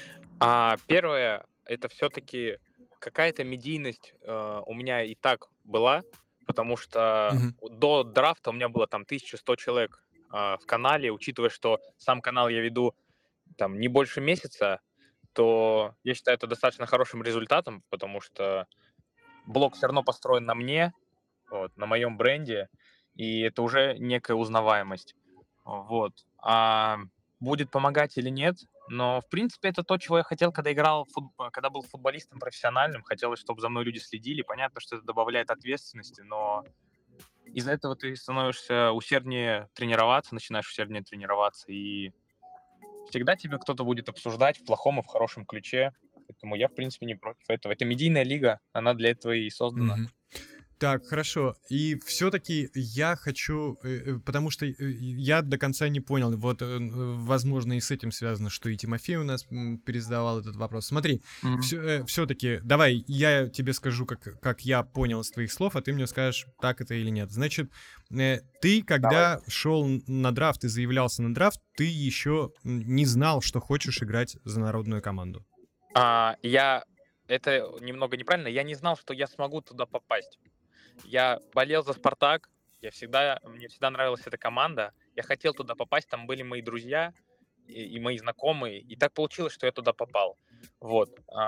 Первое, это все-таки какая-то медийность у меня и так была, потому что до драфта у меня было там 1100 человек в канале, учитывая, что сам канал я веду там не больше месяца, то я считаю это достаточно хорошим результатом, потому что блог все равно построен на мне, вот, на моем бренде, и это уже некая узнаваемость. Вот. Будет помогать или нет, но, в принципе, это то, чего я хотел, когда играл, когда был футболистом профессиональным. Хотелось, чтобы за мной люди следили. Понятно, что это добавляет ответственности, но из-за этого ты становишься усерднее тренироваться, начинаешь усерднее тренироваться, и всегда тебя кто-то будет обсуждать в плохом и в хорошем ключе. Поэтому я, в принципе, не против этого. Это медийная лига, она для этого и создана. Так, хорошо. И все-таки я хочу, потому что я до конца не понял, вот, возможно, и с этим связано, что и Тимофей у нас перезадавал этот вопрос. Смотри, все-таки, давай, я тебе скажу, как я понял из твоих слов, а ты мне скажешь, так это или нет. Значит, ты, когда шел на драфт и заявлялся на драфт, ты еще не знал, что хочешь играть за народную команду. Это немного неправильно. Я не знал, что я смогу туда попасть. Я болел за «Спартак», мне всегда нравилась эта команда. Я хотел туда попасть, там были мои друзья и мои знакомые, и так получилось, что я туда попал. Вот.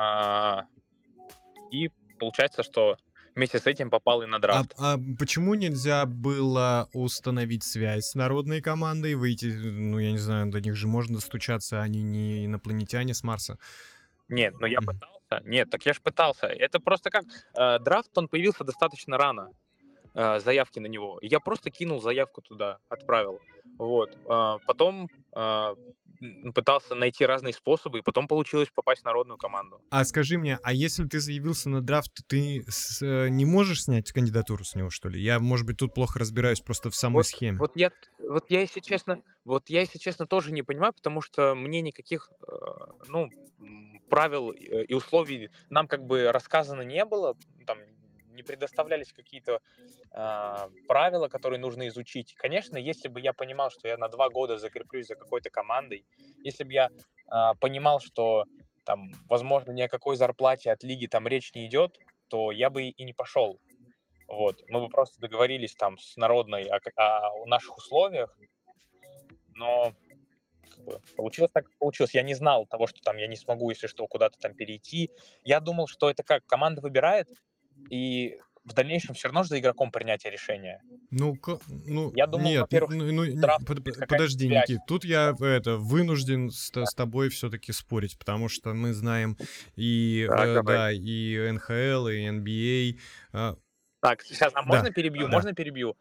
И получается, что вместе с этим попал и на драфт. А почему нельзя было установить связь с народной командой, выйти, ну, я не знаю, до них же можно достучаться, они не инопланетяне с Марса? Нет, но я пытался. Нет, так я же пытался. Это просто как... драфт, он появился достаточно рано, заявки на него. И я просто кинул заявку туда, отправил. Вот. Потом пытался найти разные способы, и потом получилось попасть в народную команду. А скажи мне, а если ты заявился на драфт, ты не можешь снять кандидатуру с него, что ли? Я, может быть, тут плохо разбираюсь просто в самой схеме. Вот я, если честно, тоже не понимаю, потому что мне никаких, правил и условий нам как бы рассказано не было, там не предоставлялись какие-то правила, которые нужно изучить. Конечно, если бы я понимал, что я на 2 года закреплюсь за какой-то командой, если бы я понимал, что там, возможно, ни о какой зарплате от лиги там речь не идет, то я бы и не пошел. Вот. Мы бы просто договорились там с народной о наших условиях, но получилось так, как получилось. Я не знал того, что там я не смогу, если что, куда-то там перейти. Я думал, что это как, команда выбирает, и в дальнейшем все равно же за игроком принятие решения. Я думал, нет, подожди, связь. Никит, тут я вынужден с тобой все-таки спорить, потому что мы знаем и, и НХЛ, и NBA. Так, сейчас, можно перебью? Можно перебью?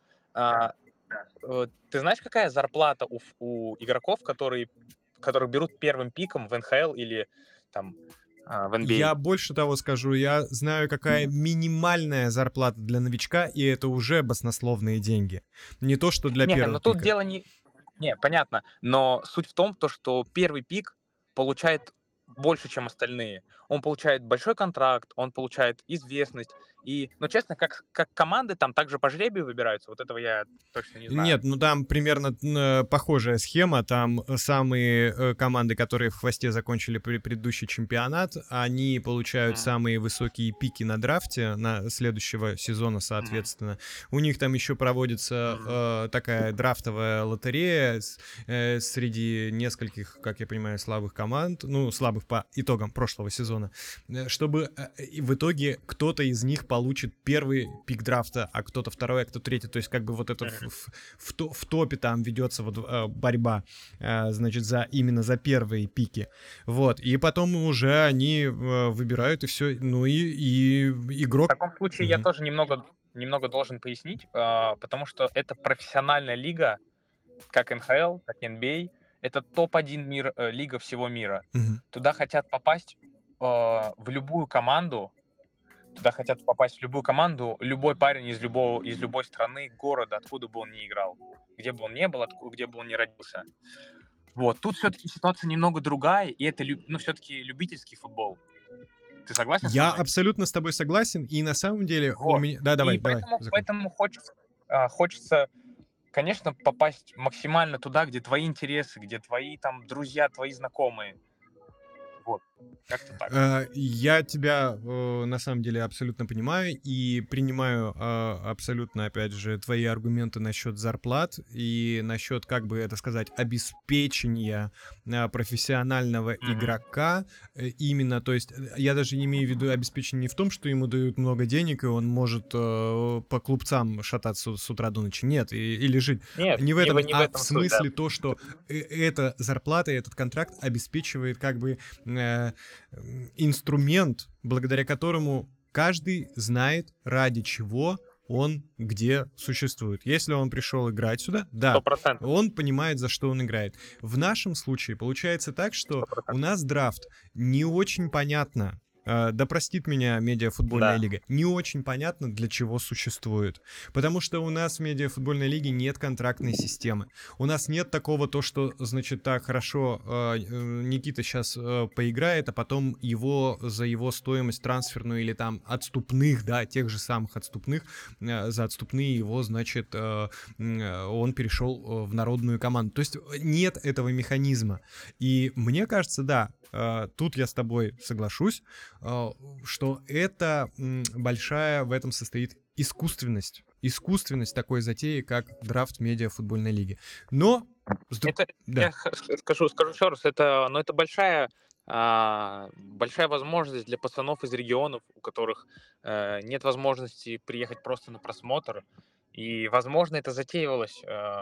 Ты знаешь, какая зарплата у игроков, которые берут первым пиком в НХЛ или там в NBA? Я больше того скажу, я знаю, какая минимальная зарплата для новичка, и это уже баснословные деньги. Не то, что для первого пика. Тут дело не... Не, понятно. Но суть в том, что первый пик получает больше, чем остальные. Он получает большой контракт, он получает известность. И, ну, честно, как команды там также по жребию выбираются, вот этого я точно не знаю. Нет, ну там примерно похожая схема. Там самые команды, которые в хвосте закончили предыдущий чемпионат, они получают самые высокие пики на драфте на следующего сезона, соответственно. У них там еще проводится такая драфтовая лотерея среди нескольких, как я понимаю, слабых команд, ну, слабых по итогам прошлого сезона, чтобы в итоге кто-то из них получит первый пик драфта, а кто-то второй, а кто третий. То есть как бы вот это в топе там ведется вот борьба, значит, именно за первые пики. Вот. И потом уже они выбирают, и все. Ну и игрок... В таком случае я тоже немного должен пояснить, потому что это профессиональная лига, как НХЛ, как NBA. Это топ-1 лига всего мира. Туда хотят попасть в любую команду, любой парень из любой страны, города, откуда бы он ни играл, где бы он ни был, где бы он ни родился. Вот. Тут все-таки ситуация немного другая, и это, ну, все-таки любительский футбол. Ты согласен? Я абсолютно с тобой согласен, и на самом деле вот. у меня... Да, давай. Поэтому хочется, конечно, попасть максимально туда, где твои интересы, где твои там друзья, твои знакомые. Вот, как-то так. Я тебя на самом деле абсолютно понимаю и принимаю абсолютно, опять же, твои аргументы насчет зарплат и насчет, как бы это сказать, обеспечения профессионального игрока. Именно, то есть я даже не имею в виду обеспечение не в том, что ему дают много денег, и он может по клубцам шататься с утра до ночи. Нет, или жить. Нет, не в этом, не в этом в смысле суть, да. то, что эта зарплата, этот контракт обеспечивает как бы инструмент, благодаря которому каждый знает, ради чего он где существует. Если он пришел играть сюда, да, 100%. он понимает, за что он играет. В нашем случае получается так, что 100%. у нас драфт не очень понятно. Да простит меня медиафутбольная лига. Не очень понятно, для чего существует. Потому что у нас в медиафутбольной лиге нет контрактной системы. У нас нет такого, то, что, значит, так, хорошо, Никита сейчас поиграет, а потом за его стоимость трансферную или там отступных, да, тех же самых отступных, за отступные его, значит, он перешел в народную команду. То есть нет этого механизма. И мне кажется, да, тут я с тобой соглашусь, что это большая в этом состоит искусственность такой затеи, как драфт медиафутбольной лиги. Но... Я скажу еще раз, это большая возможность для пацанов из регионов, у которых нет возможности приехать просто на просмотр. И, возможно, это затеивалось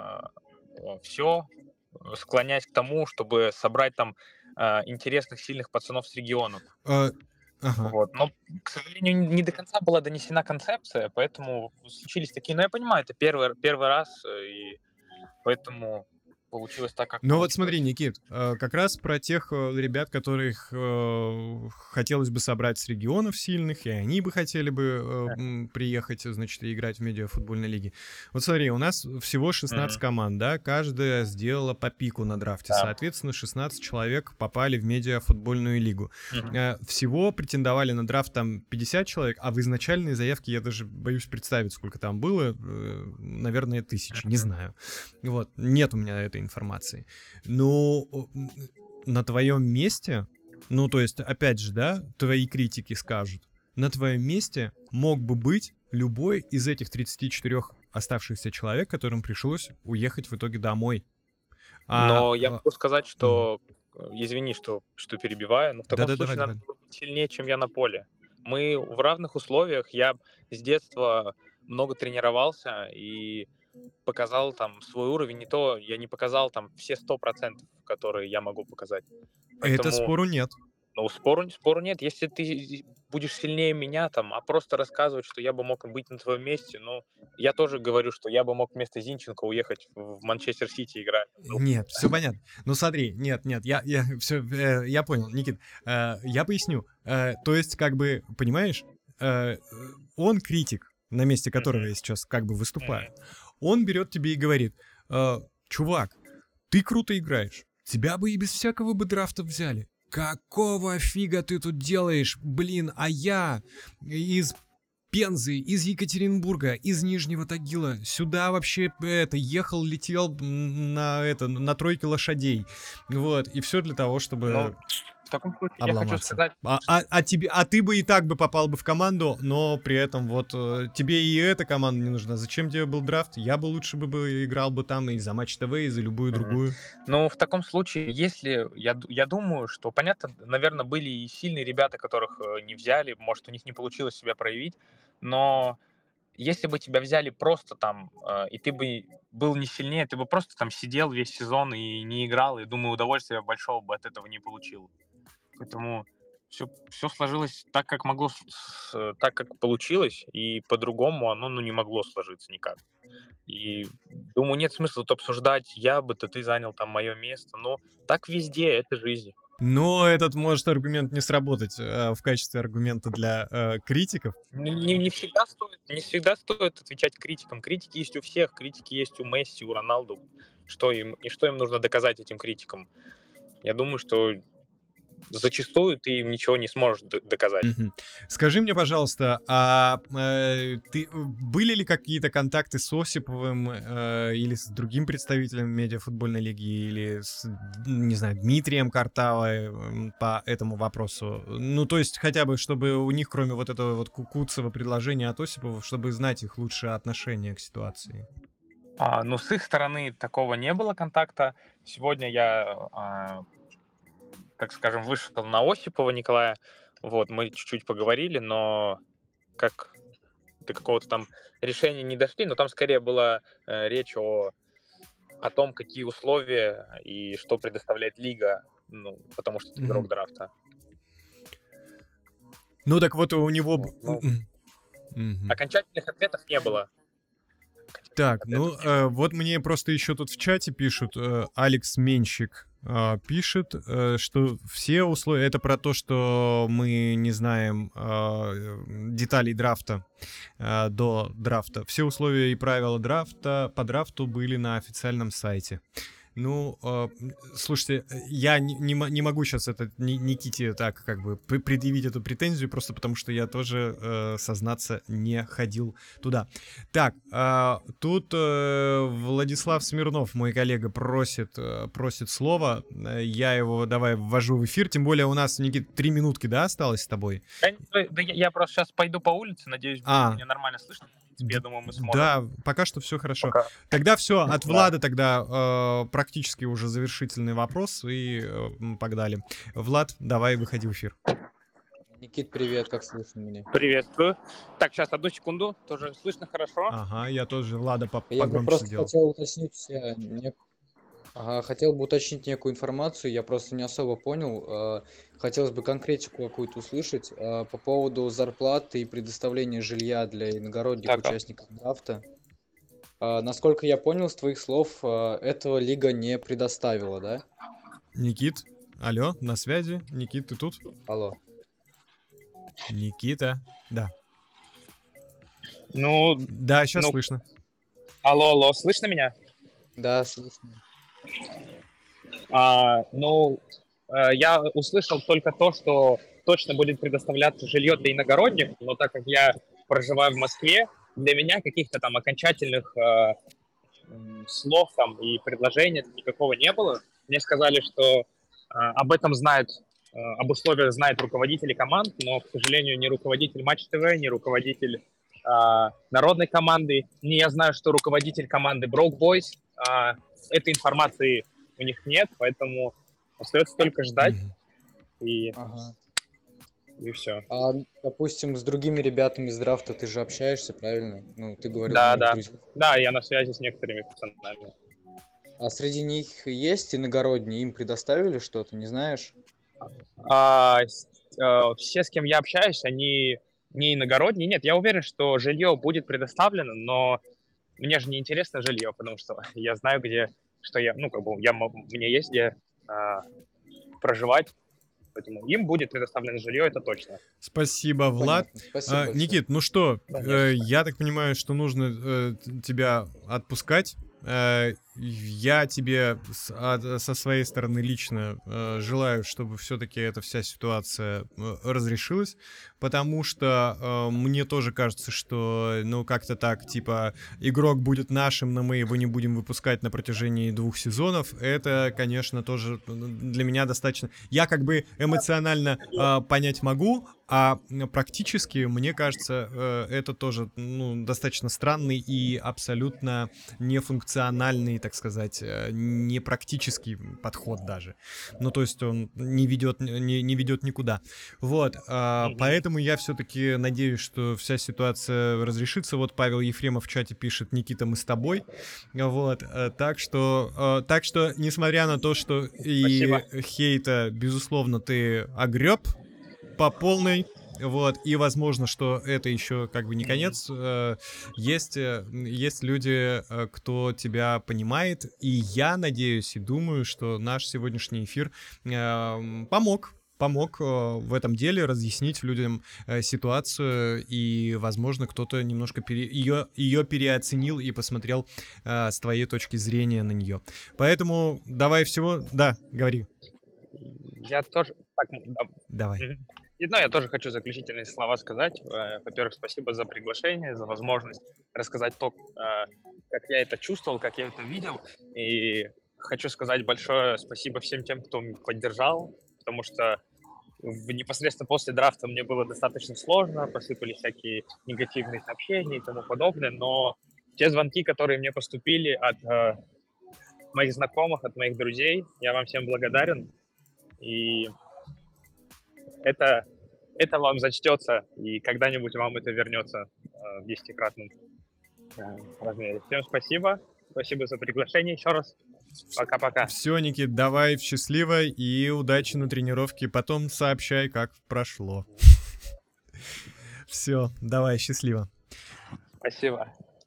все, склоняясь к тому, чтобы собрать там интересных, сильных пацанов с регионов. Вот. Но, к сожалению, не до конца была донесена концепция, поэтому случились такие... Но я понимаю, это первый раз, и поэтому получилось так, как Ну вот смотри, Никит, как раз про тех ребят, которых хотелось бы собрать с регионов сильных, и они бы хотели бы приехать, значит, и играть в медиафутбольной лиге. Вот смотри, у нас всего 16 команд, да, каждая сделала по пику на драфте, соответственно, 16 человек попали в медиафутбольную лигу. Всего претендовали на драфт там 50 человек, а в изначальной заявке я даже боюсь представить, сколько там было, наверное, 1000, не знаю. Вот, нет у меня этой информации. Но на твоем месте, ну, то есть, опять же, да, твои критики скажут, на твоем месте мог бы быть любой из этих 34 оставшихся человек, которым пришлось уехать в итоге домой. Но я могу сказать, что, извини, что перебиваю, но в таком случае надо быть сильнее, чем я на поле. Мы в равных условиях, я с детства много тренировался и показал там свой уровень, я не показал там все 100%, которые я могу показать. Поэтому... Это спору нет. Ну, спору нет. Если ты будешь сильнее меня, там, а просто рассказывать, что я бы мог быть на твоем месте, ну, я тоже говорю, что я бы мог вместо Зинченко уехать в Манчестер Сити играть. Нет, все понятно. Ну, смотри, нет, я понял, Никит, я поясню. То есть, как бы, понимаешь, он критик, на месте которого я сейчас как бы выступаю. Он берет тебе и говорит: чувак, ты круто играешь, тебя бы и без всякого бы драфта взяли. какого фига ты тут делаешь? Блин, а я из Пензы, из Екатеринбурга, из Нижнего Тагила сюда вообще ехал, летел на тройке лошадей. Вот, и все для того, чтобы Ну, в таком случае я хочу обломаться. сказать, А ты бы и так бы попал бы в команду, но при этом вот тебе и эта команда не нужна. Зачем тебе был драфт? Я бы лучше бы играл бы там и за Матч ТВ, и за любую другую. ну, в таком случае, если я думаю, что, понятно, наверное, были и сильные ребята, которых не взяли, может, у них не получилось себя проявить, но если бы тебя взяли просто там, и ты бы был не сильнее, ты бы просто там сидел весь сезон и не играл, и, думаю, удовольствия большого бы от этого не получил. Поэтому все сложилось так, как могло, так, как получилось, и по-другому оно не могло сложиться никак. И думаю, нет смысла тут обсуждать, ты занял там мое место. Но так везде, это жизнь. Но этот может аргумент не сработать в качестве аргумента для критиков. Не всегда стоит отвечать критикам. Критики есть у всех, критики есть у Месси, у Роналду. Что им нужно доказать этим критикам? Я думаю, что зачастую ты им ничего не сможешь доказать. Мгм. Скажи мне, пожалуйста, были ли какие-то контакты с Осиповым или с другим представителем медиафутбольной лиги, или с, не знаю, Дмитрием Картавой по этому вопросу? Ну, то есть хотя бы, чтобы у них, кроме вот этого вот куцого предложения от Осипова, чтобы знать их лучшее отношение к ситуации. Ну, с их стороны такого не было контакта. Сегодня я, так скажем, вышел на Осипова Николая. Вот, мы чуть-чуть поговорили, но как до какого-то там решения не дошли. Но там скорее была речь о том, какие условия и что предоставляет лига, ну, потому что это игрок драфта. Ну, так вот у него... Вот, ну, Мгм. окончательных ответов не было. Так, ну вот мне просто еще тут в чате пишут, Алекс Менщик пишет, что все условия, это про то, что мы не знаем деталей драфта до драфта. Все условия и правила драфта по драфту были на официальном сайте. Ну, слушайте, я не могу сейчас это Никите так как бы предъявить эту претензию, просто потому что я тоже, сознаться, не ходил туда. Так, тут Владислав Смирнов, мой коллега, просит слова. Я его давай ввожу в эфир, тем более у нас, Никит, 3 минутки, да, осталось с тобой? Я просто сейчас пойду по улице, надеюсь, будет меня нормально слышно. Я думаю, мы сможем. Да, пока что все хорошо. Пока. Тогда все, от Влада тогда практически уже завершительный вопрос, и погнали. Влад, давай выходи в эфир. Никит, привет, как слышно меня? Приветствую. Так, сейчас, одну секунду, тоже слышно хорошо? Ага, я тоже Влада Я бы погромче просто сделал. хотел бы уточнить некую информацию, я просто не особо понял. Хотелось бы конкретику какую-то услышать по поводу зарплаты и предоставления жилья для иногородних Так, участников драфта. Насколько я понял с твоих слов, этого лига не предоставила, да? Никит, алло, на связи? Никит, ты тут? Алло. Никита, да. Ну, Да, сейчас ну, слышно. алло, слышно меня? Да, слышно. Я услышал только то, что точно будет предоставляться жилье для иногородних, но так как я проживаю в Москве, для меня каких-то там окончательных слов там и предложений никакого не было. Мне сказали, что об этом знают, об условиях знают руководители команд, но, к сожалению, ни руководитель Матч ТВ, ни руководитель народной команды, не я знаю, что руководитель команды Broke Boys, этой информации у них нет, поэтому остается только ждать, и все. Допустим, с другими ребятами из драфта ты же общаешься, правильно? Ну, ты говорил, Да, много да. друзей. Да, я на связи с некоторыми пацанами. А среди них есть иногородние? Им предоставили что-то, не знаешь? Все, с кем я общаюсь, они не иногородние. Нет, я уверен, что жилье будет предоставлено, но мне же не интересно жилье, потому что я знаю, где, что я, мне есть где проживать, поэтому им будет предоставлено жилье, это точно. Спасибо, Влад. Понятно. Спасибо большое. Никит, ну что, Конечно. я так понимаю, что нужно тебя отпускать. я тебе со своей стороны лично желаю, чтобы все-таки эта вся ситуация разрешилась, потому что мне тоже кажется, что, ну, как-то так, типа, игрок будет нашим, но мы его не будем выпускать на протяжении 2 сезонов. Это, конечно, тоже для меня достаточно... Я как бы эмоционально понять могу, а практически, мне кажется, это тоже, ну, достаточно странный и абсолютно нефункциональный, так сказать, непрактический подход даже. Ну, то есть он не ведет никуда. Вот, поэтому я все-таки надеюсь, что вся ситуация разрешится. Вот Павел Ефремов в чате пишет: Никита, мы с тобой. Вот, так что, несмотря на то, что и Спасибо. хейта, безусловно, ты огреб по полной, вот, и возможно, что это еще как бы не конец. Есть люди, кто тебя понимает, и я надеюсь и думаю, что наш сегодняшний эфир помог в этом деле разъяснить людям ситуацию, и, возможно, кто-то немножко ее переоценил и посмотрел с твоей точки зрения на нее. Поэтому давай всего... Да, говори. Я тоже... Так, Давай. И, ну, я тоже хочу заключительные слова сказать. Во-первых, спасибо за приглашение, за возможность рассказать то, как я это чувствовал, как я это видел. И хочу сказать большое спасибо всем тем, кто меня поддержал, потому что непосредственно после драфта мне было достаточно сложно, посыпались всякие негативные сообщения и тому подобное, но те звонки, которые мне поступили от моих знакомых, от моих друзей, я вам всем благодарен. И это вам зачтется, и когда-нибудь вам это вернется в 10-кратном размере. Всем спасибо. Спасибо за приглашение еще раз. Пока-пока. Все, Никит, давай, счастливо и удачи на тренировке. Потом сообщай, как прошло. Все, давай, счастливо. Спасибо.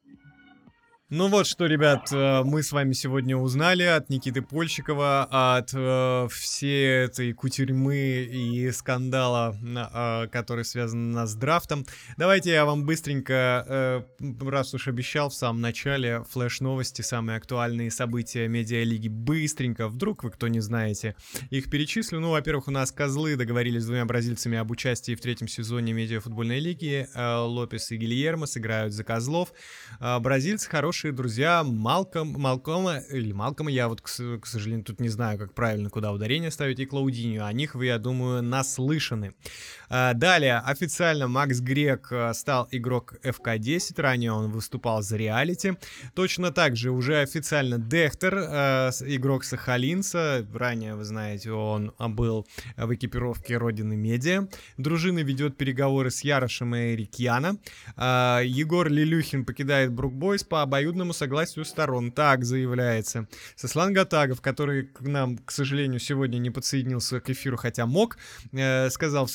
Ну вот что, ребят, мы с вами сегодня узнали от Никиты Польщикова, от всей этой кутерьмы и скандала, который связан с драфтом. Давайте я вам быстренько, раз уж обещал в самом начале, флеш-новости, самые актуальные события медиалиги, быстренько, вдруг вы кто не знаете, их перечислю. Ну, во-первых, у нас козлы договорились с 2 бразильцами об участии в 3-м сезоне медиафутбольной лиги. Лопес и Гильермо сыграют за козлов. Бразильцы хорошие друзья Малкома, я вот, к сожалению, тут не знаю, как правильно, куда ударение ставить, и Клаудиньо. О них вы, я думаю, наслышаны. Далее, официально Макс Грек стал игрок ФК-10, ранее он выступал за Реалити. Точно так же уже официально Дехтер, игрок Сахалинца, ранее, вы знаете, он был в экипировке Родины Медиа. Дружина ведет переговоры с Ярошем и Рикьяна. Егор Лилюхин покидает Брукбойс по обоюдному согласию сторон, так заявляется. Сослан Гатагов, который к нам, к сожалению, сегодня не подсоединился к эфиру, хотя мог, сказал: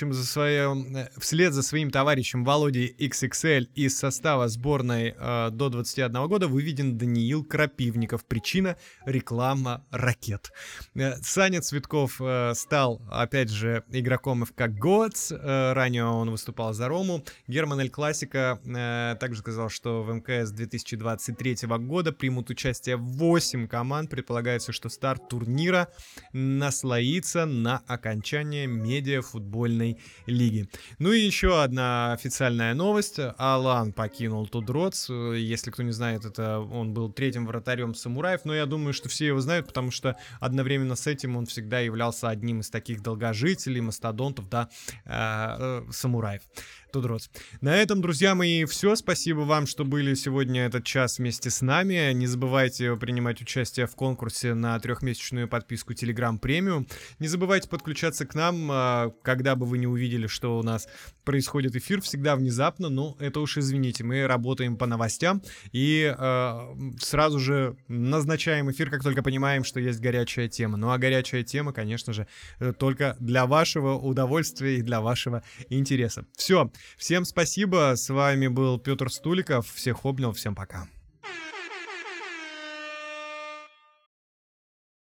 вслед за своим товарищем Володей XXL из состава сборной до 21 года выведен Даниил Крапивников. Причина — реклама ракет. Саня Цветков стал, опять же, игроком ФК Готс. Ранее он выступал за Рому. Герман Эль Классика также сказал, что в МКС 2023 года примут участие 8 команд. Предполагается, что старт турнира наслоится на окончание медиафутбольной лиги. Ну и еще одна официальная новость. Алан покинул Тудроц. Если кто не знает, это он был 3-м вратарем Самураев, но я думаю, что все его знают, потому что одновременно с этим он всегда являлся одним из таких долгожителей, мастодонтов, да, Самураев. Тудроц. На этом, друзья мои, все. Спасибо вам, что были сегодня этот час вместе с нами. Не забывайте принимать участие в конкурсе на 3-месячную подписку Telegram Premium. Не забывайте подключаться к нам, когда бы вы не увидели, что у нас происходит эфир, всегда внезапно, но это уж извините, мы работаем по новостям и сразу же назначаем эфир, как только понимаем, что есть горячая тема. Ну а горячая тема, конечно же, только для вашего удовольствия и для вашего интереса. Все. Всем спасибо, с вами был Петр Стуликов, всех обнял, всем пока.